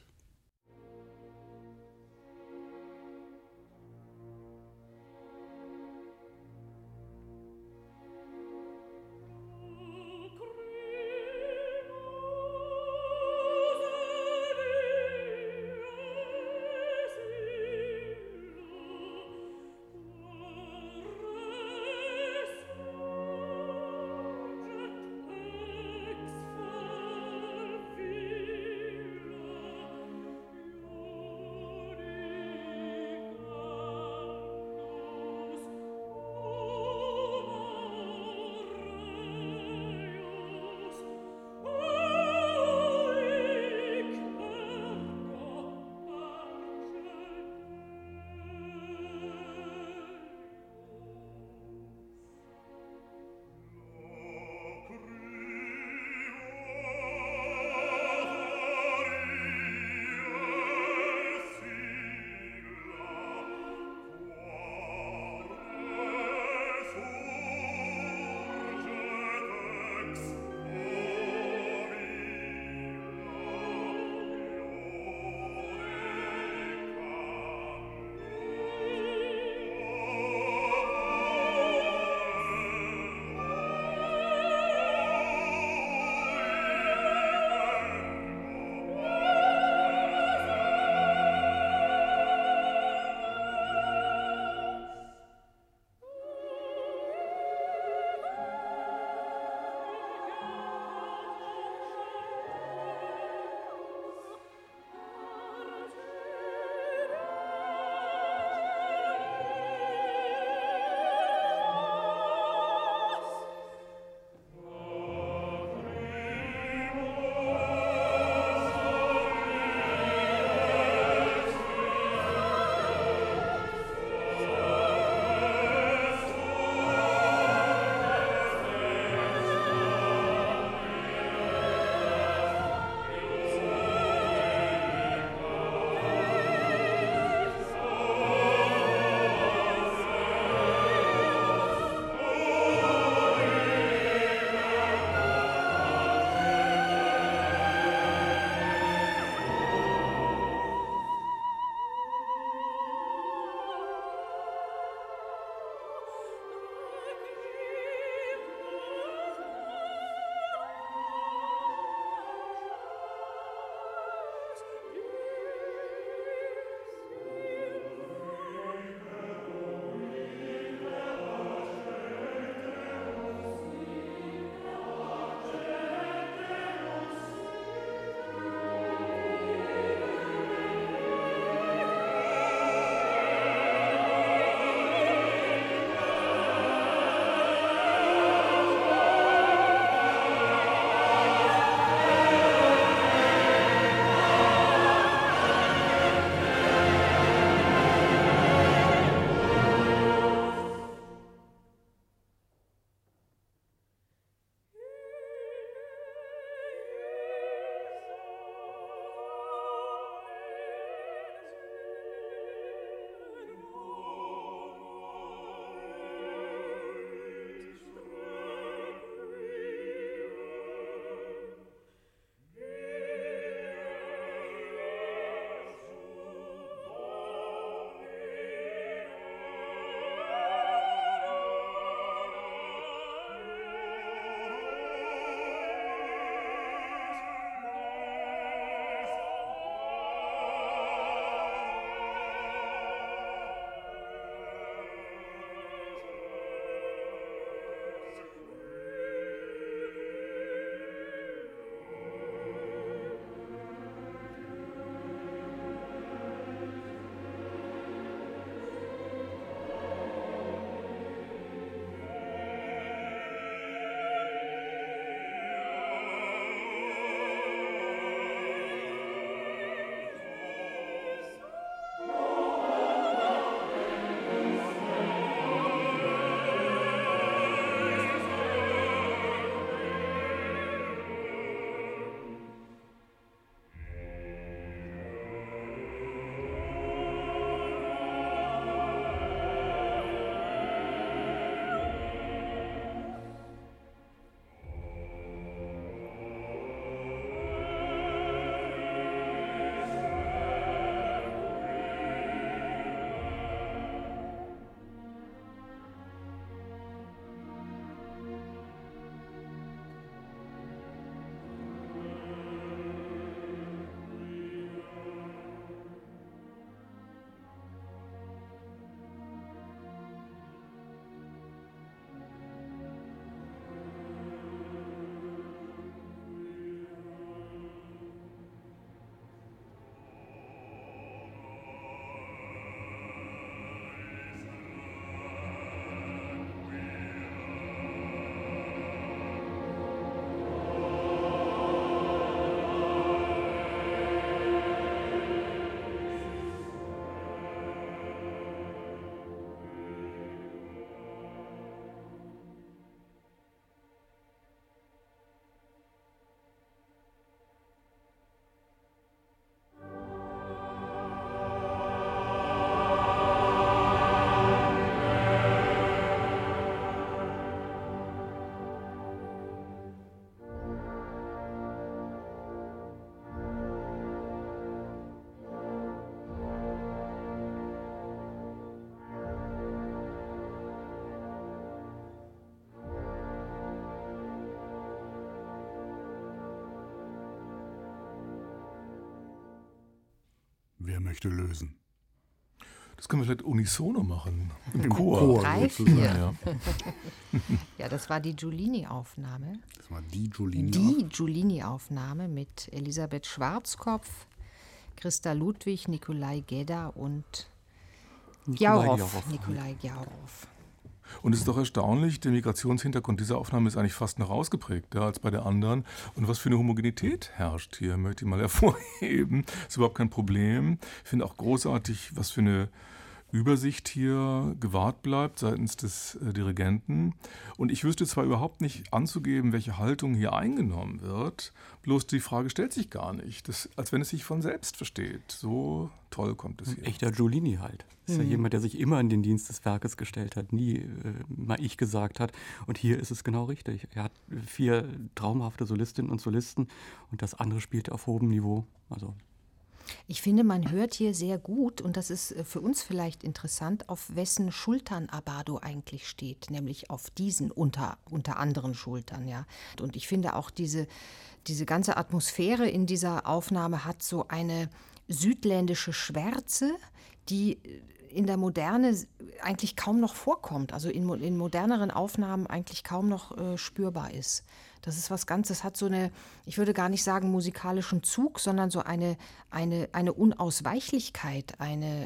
Wer möchte lösen? Das können wir vielleicht unisono machen. Im Chor. Chor. 3, sozusagen. 4. Ja. Ja, das war die Giulini-Aufnahme. Das war die Giulini. Die Giulini-Aufnahme mit Elisabeth Schwarzkopf, Christa Ludwig, Nikolai Gedda und Nikolai Gjaurow. Nikolai Gjaurow. Und es ist doch erstaunlich, der Migrationshintergrund dieser Aufnahme ist eigentlich fast noch ausgeprägter als bei der anderen. Und was für eine Homogenität herrscht hier, möchte ich mal hervorheben. Ist überhaupt kein Problem. Ich finde auch großartig, was für eine Übersicht hier gewahrt bleibt seitens des Dirigenten. Und ich wüsste zwar überhaupt nicht anzugeben, welche Haltung hier eingenommen wird, bloß die Frage stellt sich gar nicht. Das, als wenn es sich von selbst versteht. So toll kommt es hier. Echter Giulini halt. Ist ja jemand, der sich immer in den Dienst des Werkes gestellt hat, nie mal ich gesagt hat. Und hier ist es genau richtig. Er hat 4 traumhafte Solistinnen und Solisten und das andere spielt auf hohem Niveau. Also Ich finde, man hört hier sehr gut, und das ist für uns vielleicht interessant, auf wessen Schultern Abbado eigentlich steht, nämlich auf diesen unter anderen Schultern. Ja. Und ich finde auch diese ganze Atmosphäre in dieser Aufnahme hat so eine südländische Schwärze, die in der Moderne eigentlich kaum noch vorkommt, also in moderneren Aufnahmen eigentlich kaum noch spürbar ist. Das ist was Ganzes, hat so eine, ich würde gar nicht sagen musikalischen Zug, sondern so eine Unausweichlichkeit, eine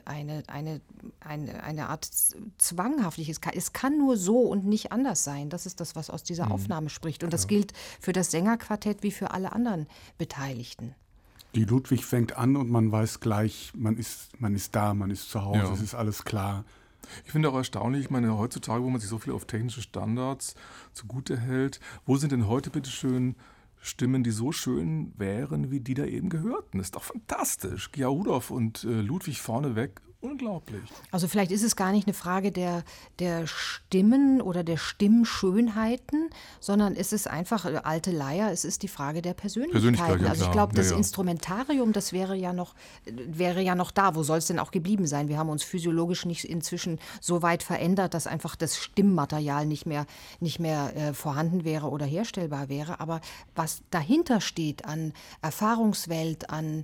Art Zwanghaftigkeit. Es kann nur so und nicht anders sein. Das ist das, was aus dieser Aufnahme spricht. Und das gilt für das Sängerquartett wie für alle anderen Beteiligten. Die Ludwig fängt an und man weiß gleich, man ist da, man ist zu Hause, Ja. es ist alles klar. Ich finde auch erstaunlich, ich meine, heutzutage, wo man sich so viel auf technische Standards zugute hält, wo sind denn heute bitteschön Stimmen, die so schön wären, wie die da eben gehörten? Das ist doch fantastisch. Gjaurow und Ludwig vorneweg, unglaublich. Also vielleicht ist es gar nicht eine Frage der Stimmen oder der Stimmschönheiten, sondern es ist einfach alte Leier, es ist die Frage der Persönlichkeiten. ja, Also ich klar. glaube, das Ja, ja. Instrumentarium, das wäre ja noch da. Wo soll es denn auch geblieben sein? Wir haben uns physiologisch nicht inzwischen so weit verändert, dass einfach das Stimmmaterial nicht mehr vorhanden wäre oder herstellbar wäre. Aber was dahinter steht an Erfahrungswelt, an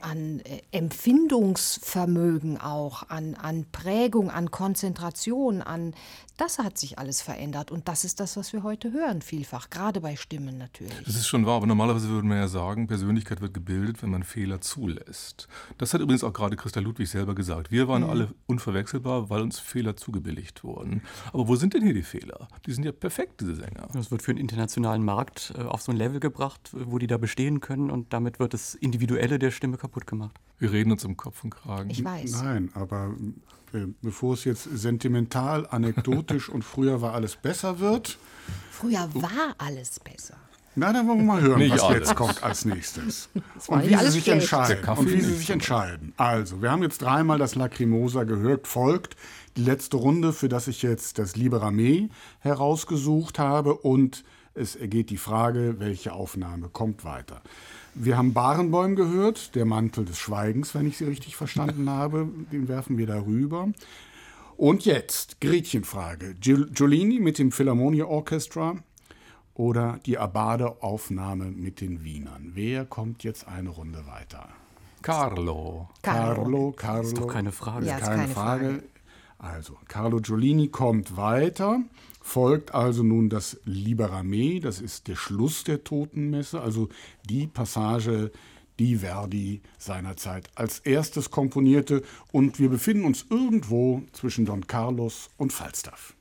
Empfindungsvermögen auch, an Prägung, an Konzentration, das hat sich alles verändert. Und das ist das, was wir heute hören, vielfach, gerade bei Stimmen natürlich. Das ist schon wahr, aber normalerweise würde man ja sagen, Persönlichkeit wird gebildet, wenn man Fehler zulässt. Das hat übrigens auch gerade Christa Ludwig selber gesagt. Wir waren alle unverwechselbar, weil uns Fehler zugebilligt wurden. Aber wo sind denn hier die Fehler? Die sind ja perfekt, diese Sänger. das wird für den internationalen Markt auf so ein Level gebracht, wo die da bestehen können und damit wird das Individuelle der Stimme kaputt gemacht. Wir reden uns um Kopf und Kragen. Ich weiß. Nein, aber bevor es jetzt sentimental, anekdotisch und früher war alles besser wird, Früher war alles besser. na, dann wollen wir mal hören, Nicht was alles. jetzt kommt als nächstes. war Und nicht wie sie alles sich schlecht. entscheiden. Der Kaffee Und wie sie nicht, sich aber- entscheiden. Also, wir haben jetzt 3-mal das Lacrimosa gehört, folgt die letzte Runde, für das ich jetzt das Libera-Me herausgesucht habe. Und es ergeht die Frage, welche Aufnahme kommt weiter. Wir haben Barenboim gehört, der Mantel des Schweigens, wenn ich Sie richtig verstanden habe. Den werfen wir darüber. Und jetzt, Gretchenfrage. Giulini mit dem Philharmonia Orchestra oder die Abbado-Aufnahme mit den Wienern. Wer kommt jetzt eine Runde weiter? Carlo. Carlo. ist doch keine Frage. Ja, ist Keine keine Frage. Frage. Also, Carlo Giulini kommt weiter. Folgt also nun das Libera-Me, das ist der Schluss der Totenmesse, also die Passage, die Verdi seinerzeit als erstes komponierte. Und wir befinden uns irgendwo zwischen Don Carlos und Falstaff.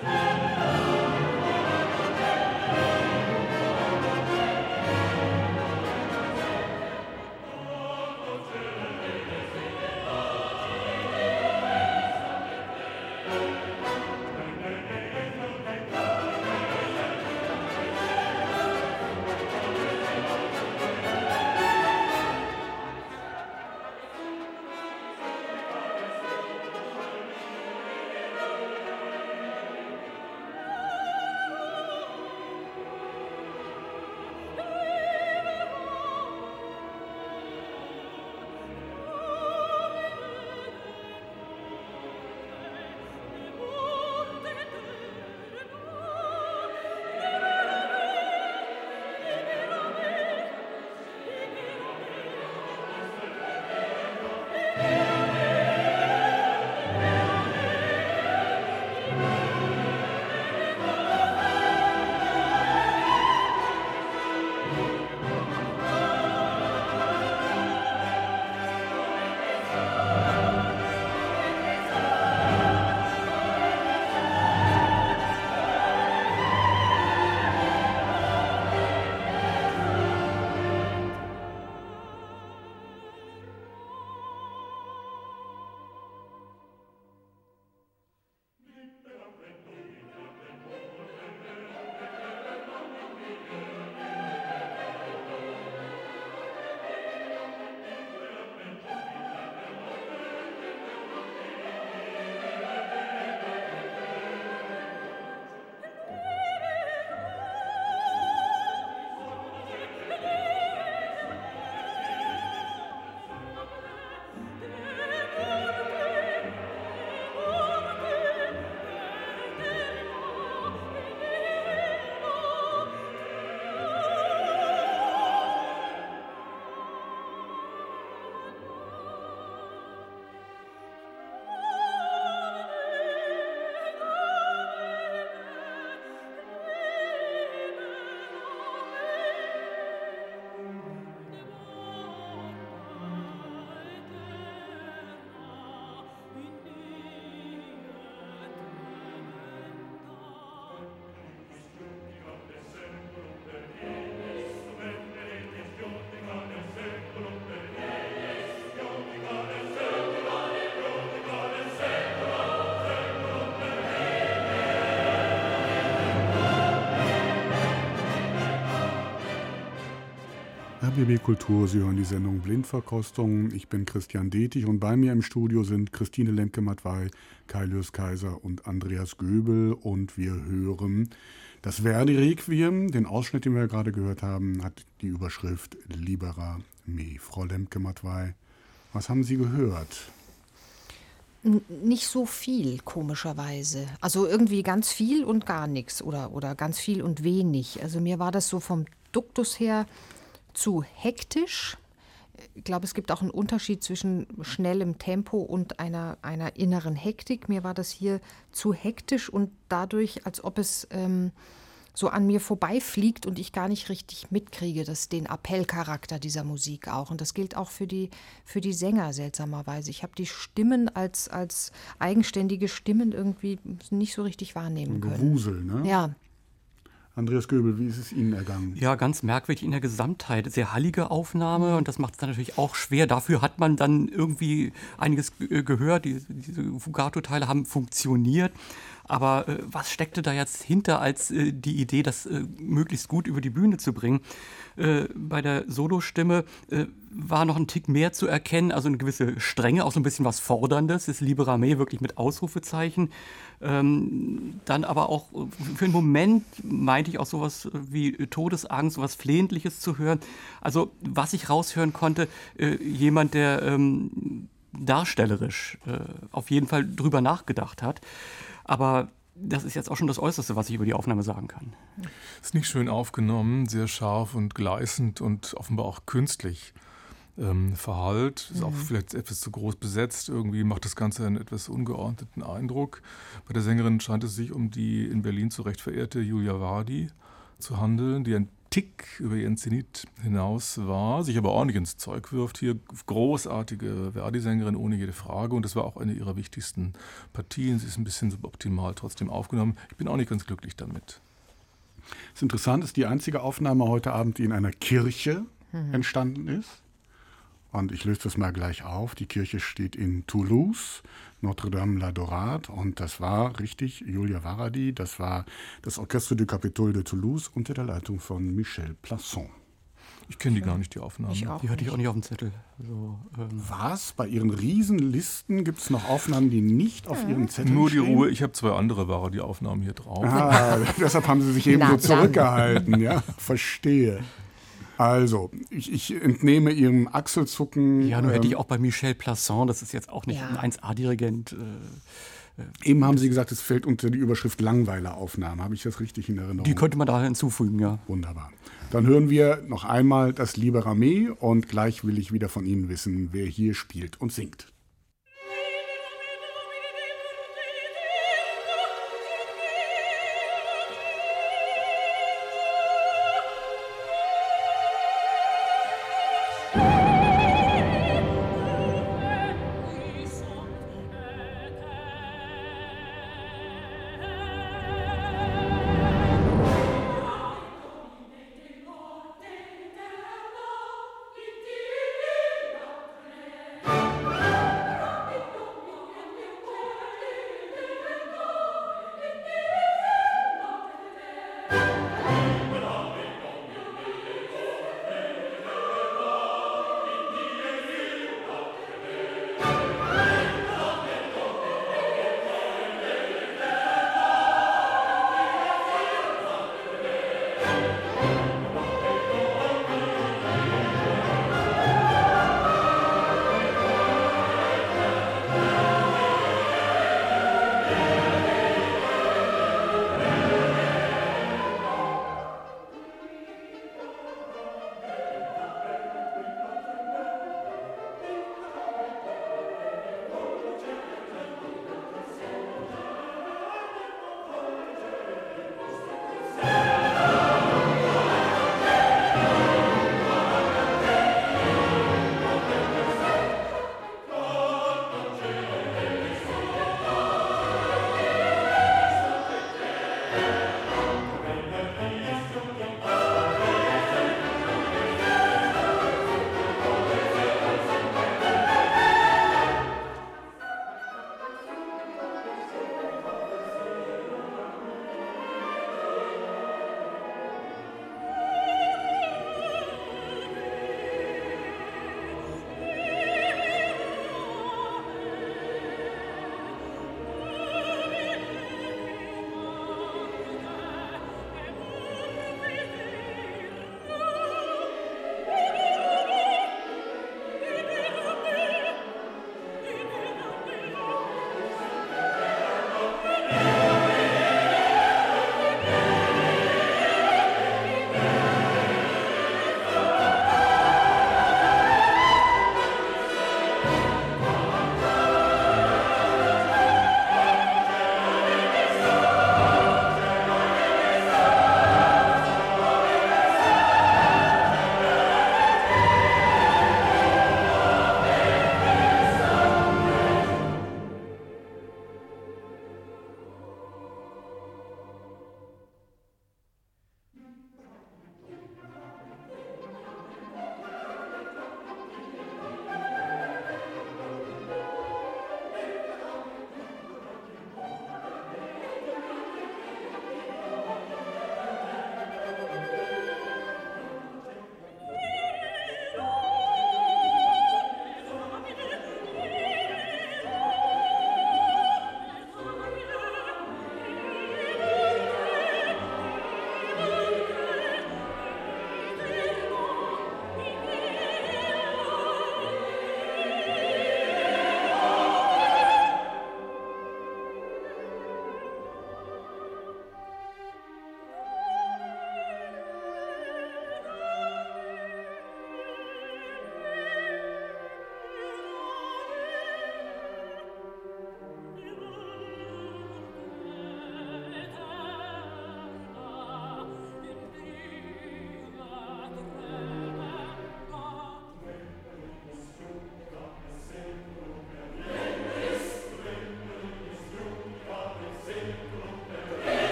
RBB Kultur, Sie hören die Sendung Blindverkostung. Ich bin Christian Detig und bei mir im Studio sind Christine Lemke-Matwei, Kai Löß-Kaiser und Andreas Göbel. Und wir hören das Verdi-Requiem. Den Ausschnitt, den wir gerade gehört haben, hat die Überschrift Libera Me. Frau Lemke-Matwei, was haben Sie gehört? Nicht so viel, komischerweise. Also irgendwie ganz viel und gar nichts oder ganz viel und wenig. Also mir war das so vom Duktus her zu hektisch. Ich glaube, es gibt auch einen Unterschied zwischen schnellem Tempo und einer inneren Hektik. Mir war das hier zu hektisch und dadurch, als ob es so an mir vorbeifliegt und ich gar nicht richtig mitkriege, den Appellcharakter dieser Musik auch. Und das gilt auch für die Sänger seltsamerweise. Ich habe die Stimmen als eigenständige Stimmen irgendwie nicht so richtig wahrnehmen können. Gewusel, ne? Ja. Andreas Göbel, wie ist es Ihnen ergangen? Ja, ganz merkwürdig in der Gesamtheit. Sehr hallige Aufnahme und das macht es dann natürlich auch schwer. Dafür hat man dann irgendwie einiges gehört. Diese Fugato-Teile haben funktioniert. Aber was steckte da jetzt hinter als die Idee, das möglichst gut über die Bühne zu bringen? Bei der Solostimme war noch ein Tick mehr zu erkennen, also eine gewisse Strenge, auch so ein bisschen was Forderndes, das Libera Me wirklich mit Ausrufezeichen. Dann aber auch für einen Moment meinte ich auch sowas wie Todesangst, sowas Flehentliches zu hören. Also was ich raushören konnte, jemand, der darstellerisch auf jeden Fall drüber nachgedacht hat. Aber das ist jetzt auch schon das Äußerste, was ich über die Aufnahme sagen kann. Ist nicht schön aufgenommen, sehr scharf und gleißend und offenbar auch künstlich verhallt. Ist auch vielleicht etwas zu groß besetzt. Irgendwie macht das Ganze einen etwas ungeordneten Eindruck. Bei der Sängerin scheint es sich um die in Berlin zu Recht verehrte Julia Vardi zu handeln, die ein Tick über ihren Zenit hinaus war, sich aber ordentlich ins Zeug wirft. Hier großartige Verdi-Sängerin, ohne jede Frage. Und das war auch eine ihrer wichtigsten Partien. Sie ist ein bisschen suboptimal trotzdem aufgenommen. Ich bin auch nicht ganz glücklich damit. Das ist interessant, ist die einzige Aufnahme heute Abend, die in einer Kirche entstanden ist. Und ich löse das mal gleich auf. Die Kirche steht in Toulouse, Notre-Dame-la-Dorade. Und das war richtig Julia Varadi. Das war das Orchestre du Capitole de Toulouse unter der Leitung von Michel Plasson. Ich kenne die gar nicht, die Aufnahmen. Die hatte ich auch nicht auf dem Zettel. Also, Was? Bei Ihren Riesenlisten gibt es noch Aufnahmen, die nicht auf Ihren Zetteln Nur die stehen? Ruhe, ich habe 2 andere Varadi-Aufnahmen hier drauf. Deshalb haben Sie sich eben Na so zurückgehalten. Ja, verstehe. Also, ich entnehme Ihrem Achselzucken. ja, nur hätte ich auch bei Michel Plasson, das ist jetzt auch nicht Ja. ein 1A-Dirigent. Eben haben Sie gesagt, es fällt unter die Überschrift Langweileraufnahmen. Habe ich das richtig in Erinnerung? Die könnte man da hinzufügen, ja. Wunderbar. Dann hören wir noch einmal das Liebe Ramée und gleich will ich wieder von Ihnen wissen, wer hier spielt und singt.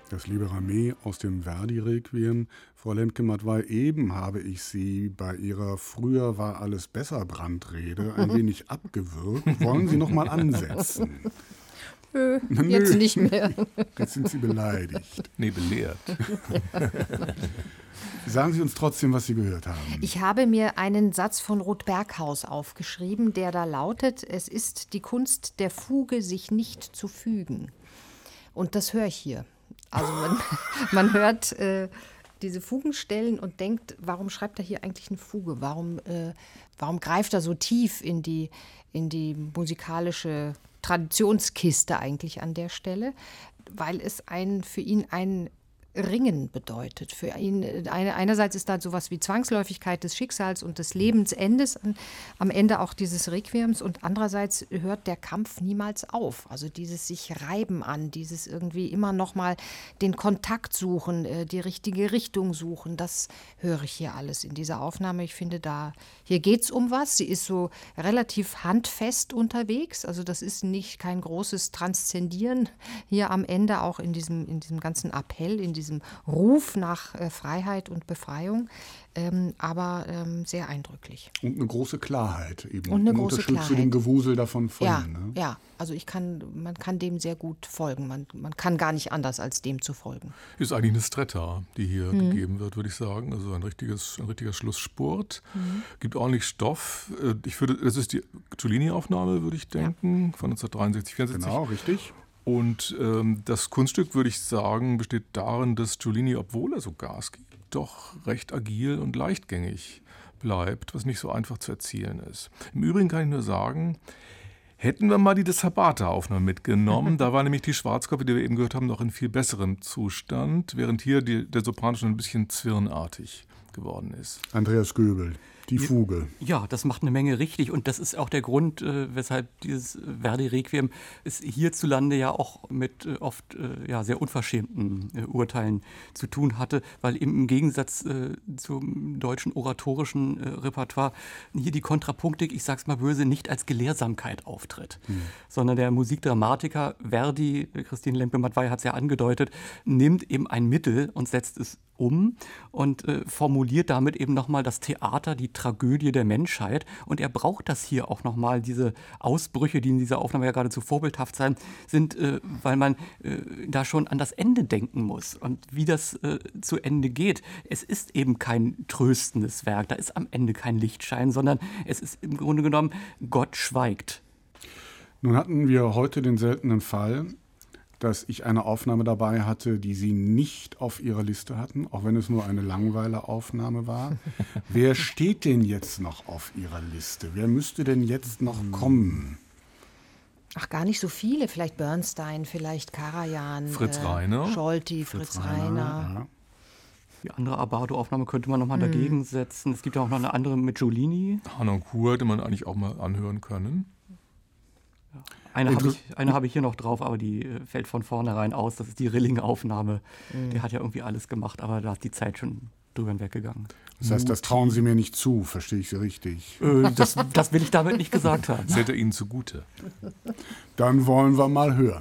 Das Libera-Me aus dem Verdi-Requiem. Frau Lemke-Matwei, eben habe ich Sie bei Ihrer "Früher war alles besser" Brandrede ein wenig abgewürgt. Wollen Sie noch mal ansetzen? Jetzt nicht mehr. Jetzt sind Sie beleidigt. Nee, belehrt. Sagen Sie uns trotzdem, was Sie gehört haben. Ich habe mir einen Satz von Ruth Berghaus aufgeschrieben, der da lautet: Es ist die Kunst der Fuge, sich nicht zu fügen. Und das höre ich hier. Also man hört diese Fugenstellen und denkt, warum schreibt er hier eigentlich eine Fuge? Warum greift er so tief in die musikalische Traditionskiste eigentlich an der Stelle? Weil es für ihn ein Ringen bedeutet. Für ihn einerseits ist da sowas wie Zwangsläufigkeit des Schicksals und des Lebensendes, am Ende auch dieses Requiems, und andererseits hört der Kampf niemals auf. Also dieses sich reiben an, dieses irgendwie immer noch mal den Kontakt suchen, die richtige Richtung suchen, das höre ich hier alles in dieser Aufnahme. Ich finde, hier geht es um was. Sie ist so relativ handfest unterwegs, also das ist kein großes Transzendieren hier am Ende, auch in diesem ganzen Appell, in diesem Ruf nach Freiheit und Befreiung, aber sehr eindrücklich. Und eine große Klarheit eben. Und eine im große Unterschied Klarheit. zu dem Gewusel davon vorhin. Ja, Ne? ja, also man kann dem sehr gut folgen. Man kann gar nicht anders, als dem zu folgen. Ist eigentlich eine Stretta, die hier gegeben wird, würde ich sagen. Also ein richtiger Schlussspurt. Gibt ordentlich Stoff. Das ist die Giulini-Aufnahme, würde ich denken, von 1963, 64. Genau, richtig. Und das Kunststück, würde ich sagen, besteht darin, dass Giulini, obwohl er so Gas gibt, doch recht agil und leichtgängig bleibt, was nicht so einfach zu erzielen ist. Im Übrigen kann ich nur sagen, hätten wir mal die Sabata-Aufnahme mitgenommen, da war nämlich die Schwarzkopf, die wir eben gehört haben, noch in viel besserem Zustand, während hier der Sopran schon ein bisschen zwirnartig geworden ist. Andreas Göbel, die Fuge. Ja, das macht eine Menge richtig, und das ist auch der Grund, weshalb dieses Verdi-Requiem es hierzulande ja auch mit oft sehr unverschämten Urteilen zu tun hatte, weil eben im Gegensatz zum deutschen oratorischen Repertoire hier die Kontrapunktik, ich sag's mal böse, nicht als Gelehrsamkeit auftritt, sondern der Musikdramatiker Verdi, Christine Lemke-Matwei hat es ja angedeutet, nimmt eben ein Mittel und setzt es um und formuliert damit eben nochmal das Theater, die Tragödie der Menschheit. Und er braucht das hier auch nochmal, diese Ausbrüche, die in dieser Aufnahme ja geradezu vorbildhaft sind, weil man da schon an das Ende denken muss und wie das zu Ende geht. Es ist eben kein tröstendes Werk, da ist am Ende kein Lichtschein, sondern es ist im Grunde genommen, Gott schweigt. Nun hatten wir heute den seltenen Fall, dass ich eine Aufnahme dabei hatte, die Sie nicht auf Ihrer Liste hatten, auch wenn es nur eine Langweiler-Aufnahme war. Wer steht denn jetzt noch auf Ihrer Liste? Wer müsste denn jetzt noch kommen? Ach, gar nicht so viele. Vielleicht Bernstein, vielleicht Karajan, Fritz Reiner. Scholti, Fritz Reiner. Ja. Die andere Abbado-Aufnahme könnte man nochmal dagegen setzen. Es gibt ja auch noch eine andere mit Giulini. Hanon Kur hätte man eigentlich auch mal anhören können. Eine habe ich hier noch drauf, aber die fällt von vornherein aus. Das ist die Rilling-Aufnahme. Der hat ja irgendwie alles gemacht, aber da ist die Zeit schon drüber hinweggegangen. Das heißt, das trauen Sie mir nicht zu, verstehe ich Sie richtig? Das will ich damit nicht gesagt haben. Zählt er Ihnen zugute. Dann wollen wir mal hören.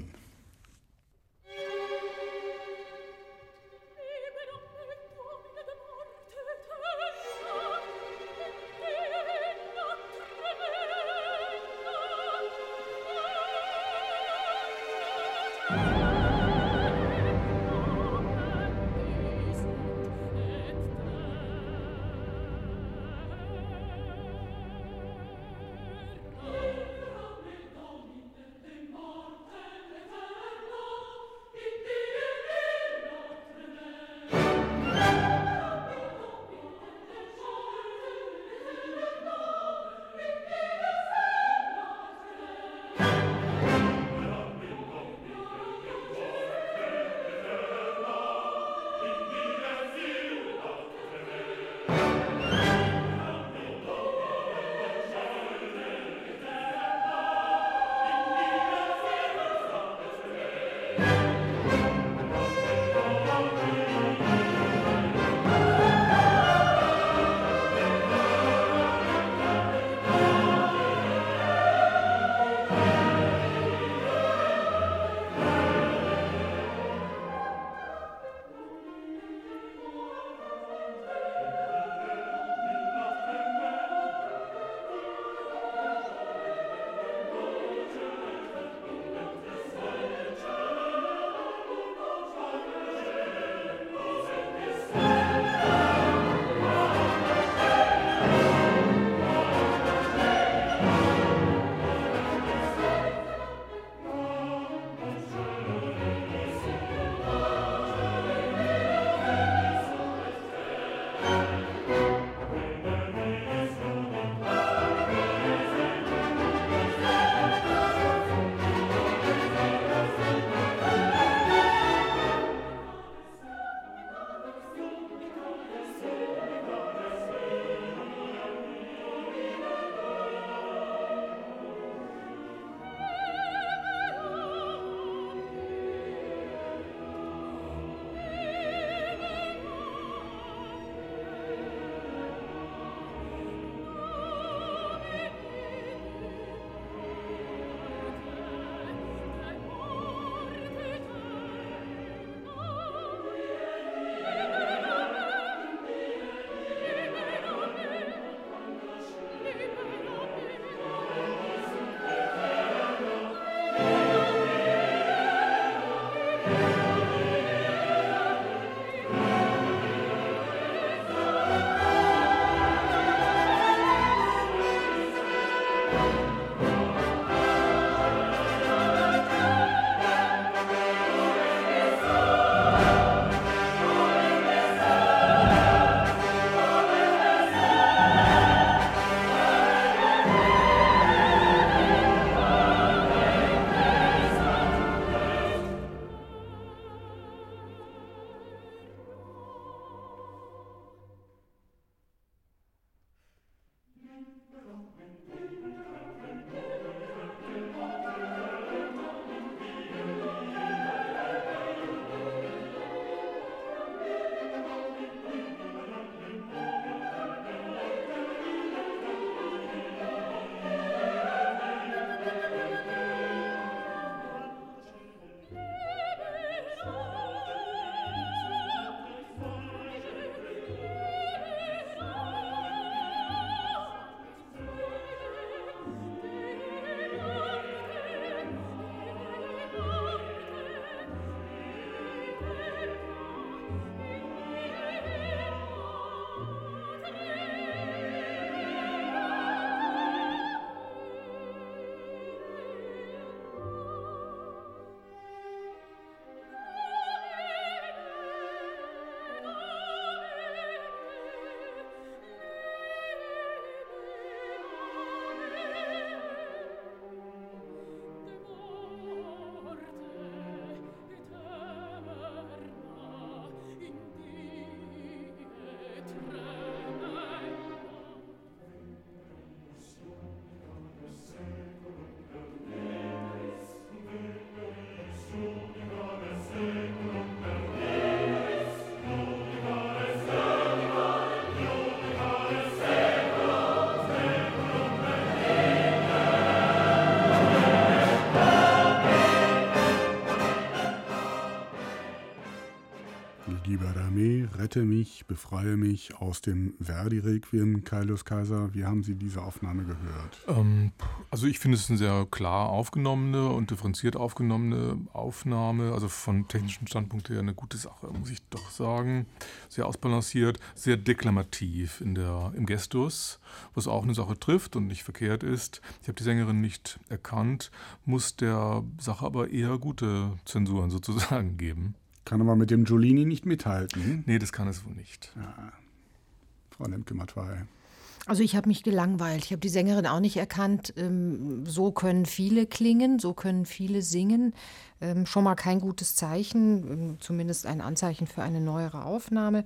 Liberame, rette mich, befreie mich aus dem Verdi-Requiem. Kaius Kaiser, wie haben Sie diese Aufnahme gehört? Also ich finde es eine sehr klar aufgenommene und differenziert aufgenommene Aufnahme. Also von technischem Standpunkt her eine gute Sache, muss ich doch sagen. Sehr ausbalanciert, sehr deklamativ im Gestus, was auch eine Sache trifft und nicht verkehrt ist. Ich habe die Sängerin nicht erkannt, muss der Sache aber eher gute Zensuren sozusagen geben. Kann aber mit dem Giulini nicht mithalten. Nee, das kann es wohl nicht. Ja. Frau Lemke-Matwei. Also ich habe mich gelangweilt. Ich habe die Sängerin auch nicht erkannt. So können viele klingen, so können viele singen. Schon mal kein gutes Zeichen, zumindest ein Anzeichen für eine neuere Aufnahme.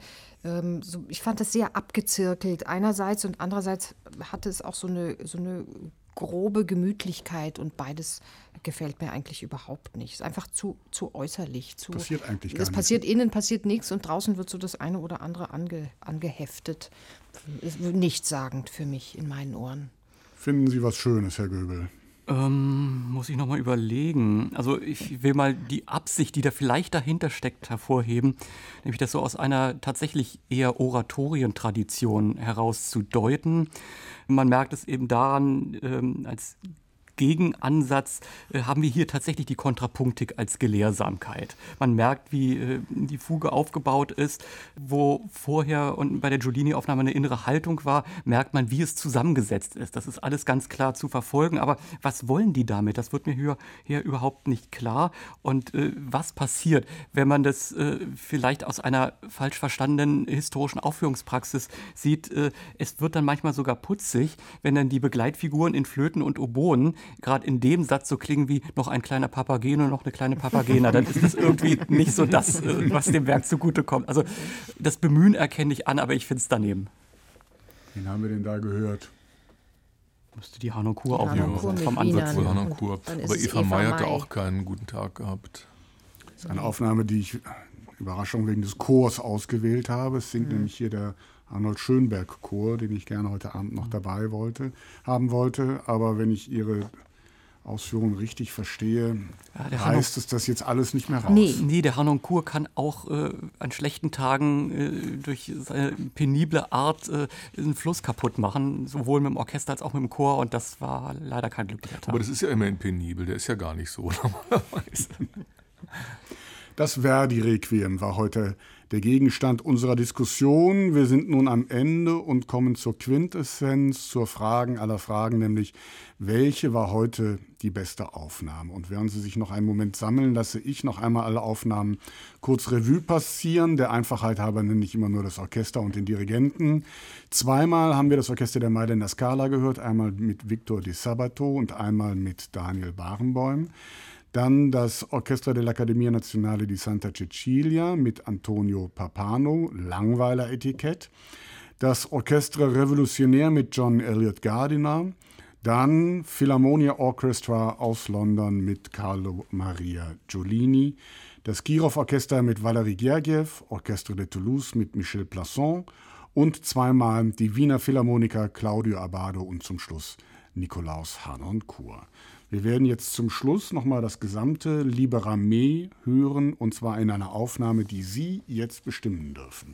Ich fand das sehr abgezirkelt einerseits und andererseits hatte es auch so eine grobe Gemütlichkeit und beides gefällt mir eigentlich überhaupt nicht. Es ist einfach zu äußerlich. Passiert eigentlich gar nichts. Passiert innen, passiert nichts und draußen wird so das eine oder andere angeheftet. Ist nichtssagend für mich in meinen Ohren. Finden Sie was Schönes, Herr Göbel? Muss ich noch mal überlegen. Also ich will mal die Absicht, die da vielleicht dahinter steckt, hervorheben. Nämlich das so aus einer tatsächlich eher Oratorientradition heraus zu deuten. Man merkt es eben daran, als Gegenansatz haben wir hier tatsächlich die Kontrapunktik als Gelehrsamkeit. Man merkt, wie die Fuge aufgebaut ist, wo vorher und bei der Giulini-Aufnahme eine innere Haltung war, merkt man, wie es zusammengesetzt ist. Das ist alles ganz klar zu verfolgen, aber was wollen die damit? Das wird mir hier überhaupt nicht klar. Und was passiert, wenn man das vielleicht aus einer falsch verstandenen historischen Aufführungspraxis sieht? Es wird dann manchmal sogar putzig, wenn dann die Begleitfiguren in Flöten und Oboen gerade in dem Satz so klingen wie noch ein kleiner Papageno, noch eine kleine Papagena, dann ist das irgendwie nicht so das, was dem Werk zugutekommt. Also das Bemühen erkenne ich an, aber ich finde es daneben. Wen haben wir denn da gehört? Müsste die Harnoncourt auch vom Ansatz wohl Harnoncourt. Aber Eva May hatte auch keinen guten Tag gehabt. Das ist eine Aufnahme, die ich, Überraschung, wegen des Chors ausgewählt habe. Es singt nämlich hier der Arnold Schönberg-Chor, den ich gerne heute Abend noch dabei haben wollte. Aber wenn ich Ihre Ausführungen richtig verstehe, reißt es das jetzt alles nicht mehr raus. Nee, der Harnoncourt kann auch an schlechten Tagen durch seine penible Art einen Fluss kaputt machen, sowohl mit dem Orchester als auch mit dem Chor. Und das war leider kein glücklicher Tag. Aber das ist ja immerhin penibel, der ist ja gar nicht so normalerweise. Das Verdi-Requiem war heute der Gegenstand unserer Diskussion. Wir sind nun am Ende und kommen zur Quintessenz, zur Fragen aller Fragen, nämlich welche war heute die beste Aufnahme? Und während Sie sich noch einen Moment sammeln, lasse ich noch einmal alle Aufnahmen kurz Revue passieren. Der Einfachheit halber nenne ich immer nur das Orchester und den Dirigenten. Zweimal haben wir das Orchester der Mailänder Scala gehört, einmal mit Victor Di Sabato und einmal mit Daniel Barenboim. Dann das Orchestra dell'Accademia Nazionale di Santa Cecilia mit Antonio Papano, Langweiler-Etikett. Das Orchestra Revolutionnaire mit John Elliott Gardiner. Dann Philharmonia Orchestra aus London mit Carlo Maria Giulini. Das Kirov-Orchester mit Valery Gergiev, Orchestre de Toulouse mit Michel Plasson. Und zweimal die Wiener Philharmoniker Claudio Abbado und zum Schluss Nikolaus Harnoncourt. Wir werden jetzt zum Schluss nochmal das gesamte Liberame hören, und zwar in einer Aufnahme, die Sie jetzt bestimmen dürfen.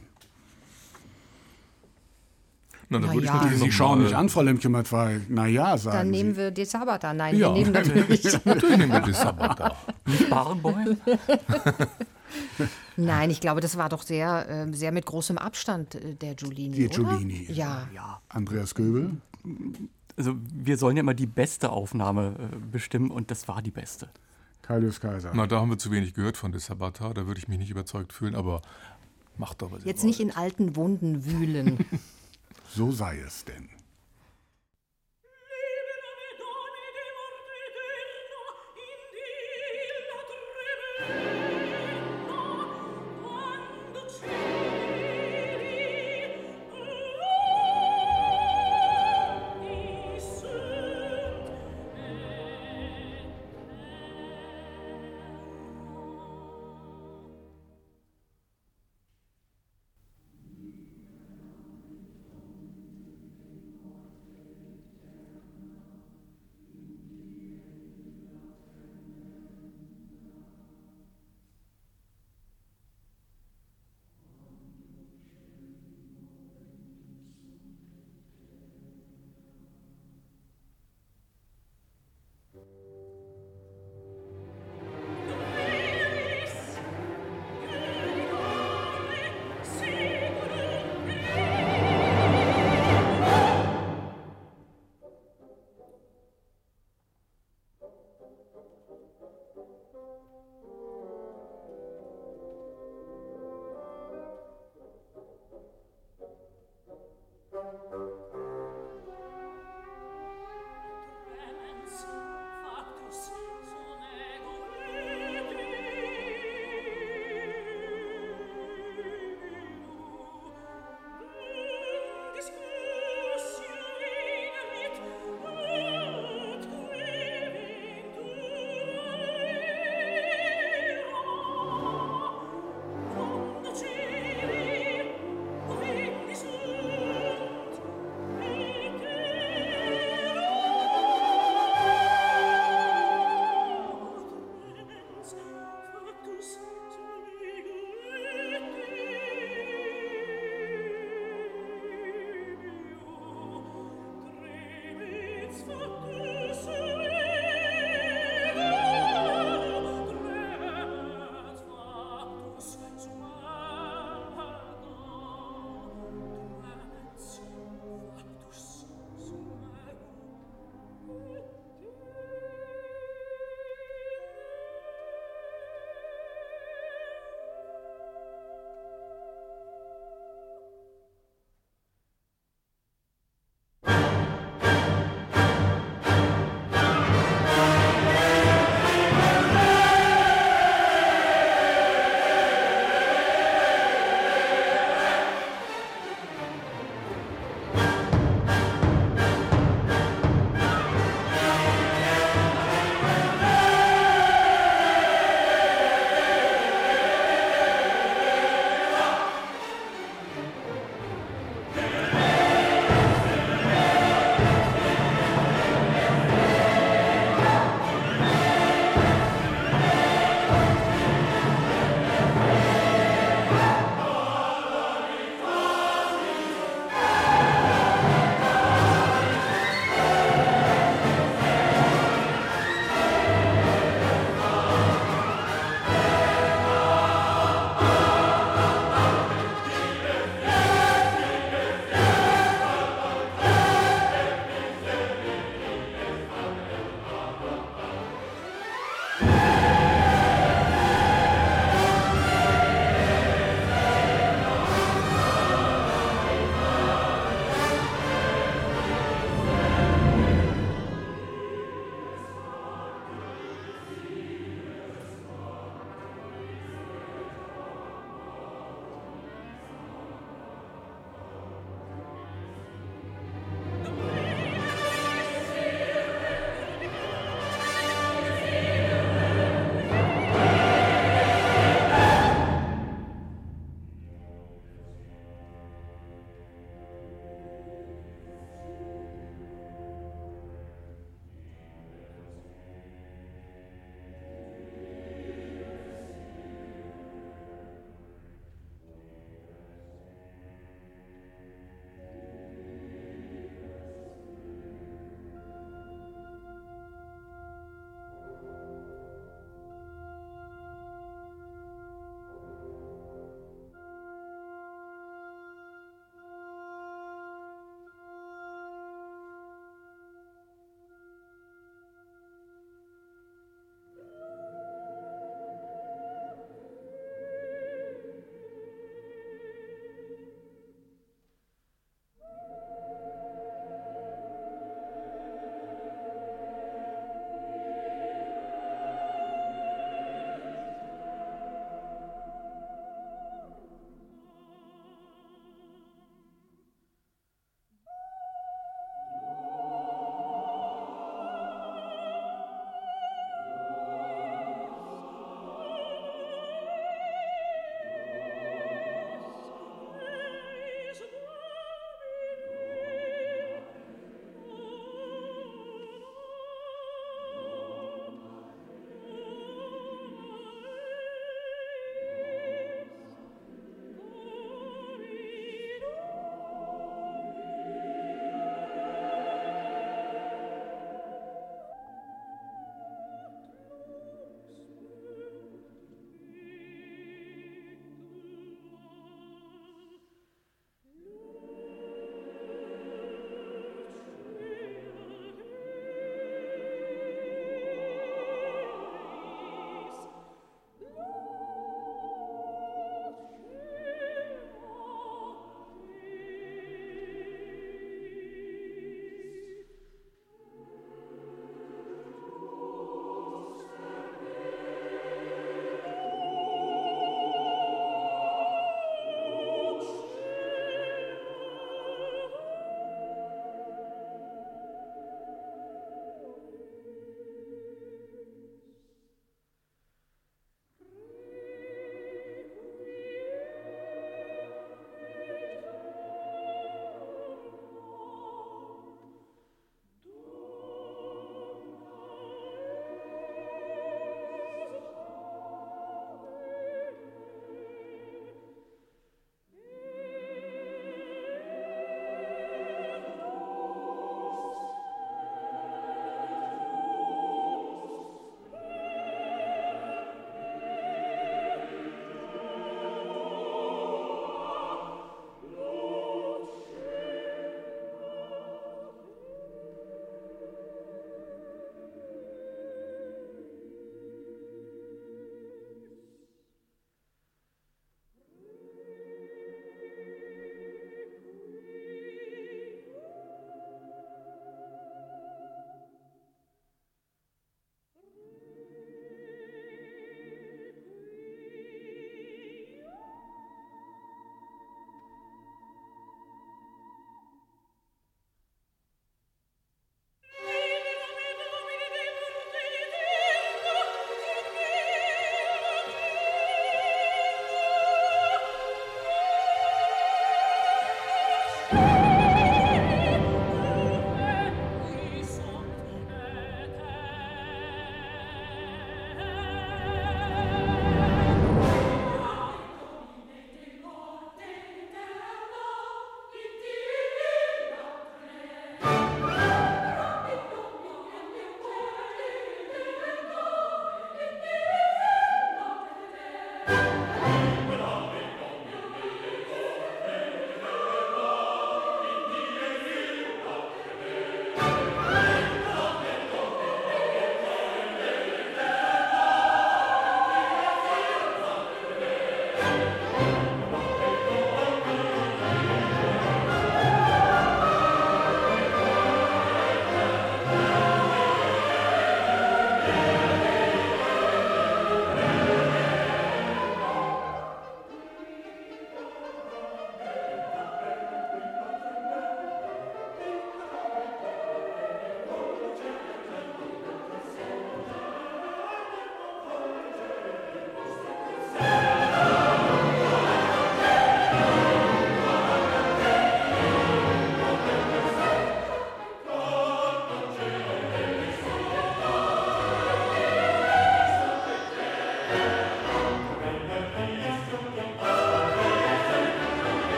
Na, dann würde ich natürlich Sie schauen mich an, Frau Lemke-Matwei. Naja, sagen Dann nehmen Sie. wir Di Sabata. Nein, Ja. wir nehmen natürlich. Natürlich nehmen wir Di Sabata. Nicht Barenboim? Nein, ich glaube, das war doch sehr mit großem Abstand der Giulini, Die oder? Giulini. Ja. Andreas Göbel. Also wir sollen ja immer die beste Aufnahme bestimmen und das war die beste. Kaius Kaiser. Na, da haben wir zu wenig gehört von Di Sabata, da würde ich mich nicht überzeugt fühlen, aber macht doch was ihr Jetzt wollt. nicht in alten Wunden wühlen. So sei es denn.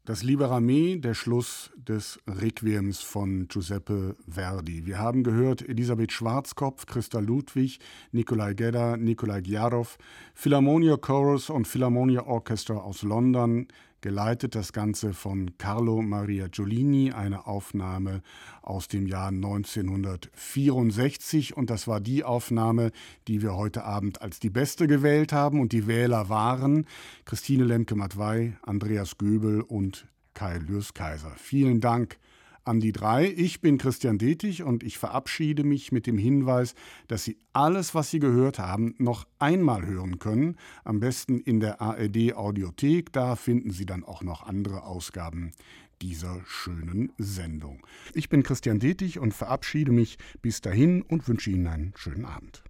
Das Libera Me, der Schluss des Requiems von Giuseppe Verdi. Wir haben gehört Elisabeth Schwarzkopf, Christa Ludwig, Nikolai Gedda, Nikolai Gjarov, Philharmonia Chorus und Philharmonia Orchestra aus London, geleitet das Ganze von Carlo Maria Giulini, eine Aufnahme aus dem Jahr 1964. Und das war die Aufnahme, die wir heute Abend als die beste gewählt haben. Und die Wähler waren Christine Lemke-Matwei, Andreas Göbel und Kai Lürs-Kaiser. Vielen Dank an die drei. Ich bin Christian Detig und ich verabschiede mich mit dem Hinweis, dass Sie alles, was Sie gehört haben, noch einmal hören können. Am besten in der ARD-Audiothek. Da finden Sie dann auch noch andere Ausgaben dieser schönen Sendung. Ich bin Christian Detig und verabschiede mich bis dahin und wünsche Ihnen einen schönen Abend.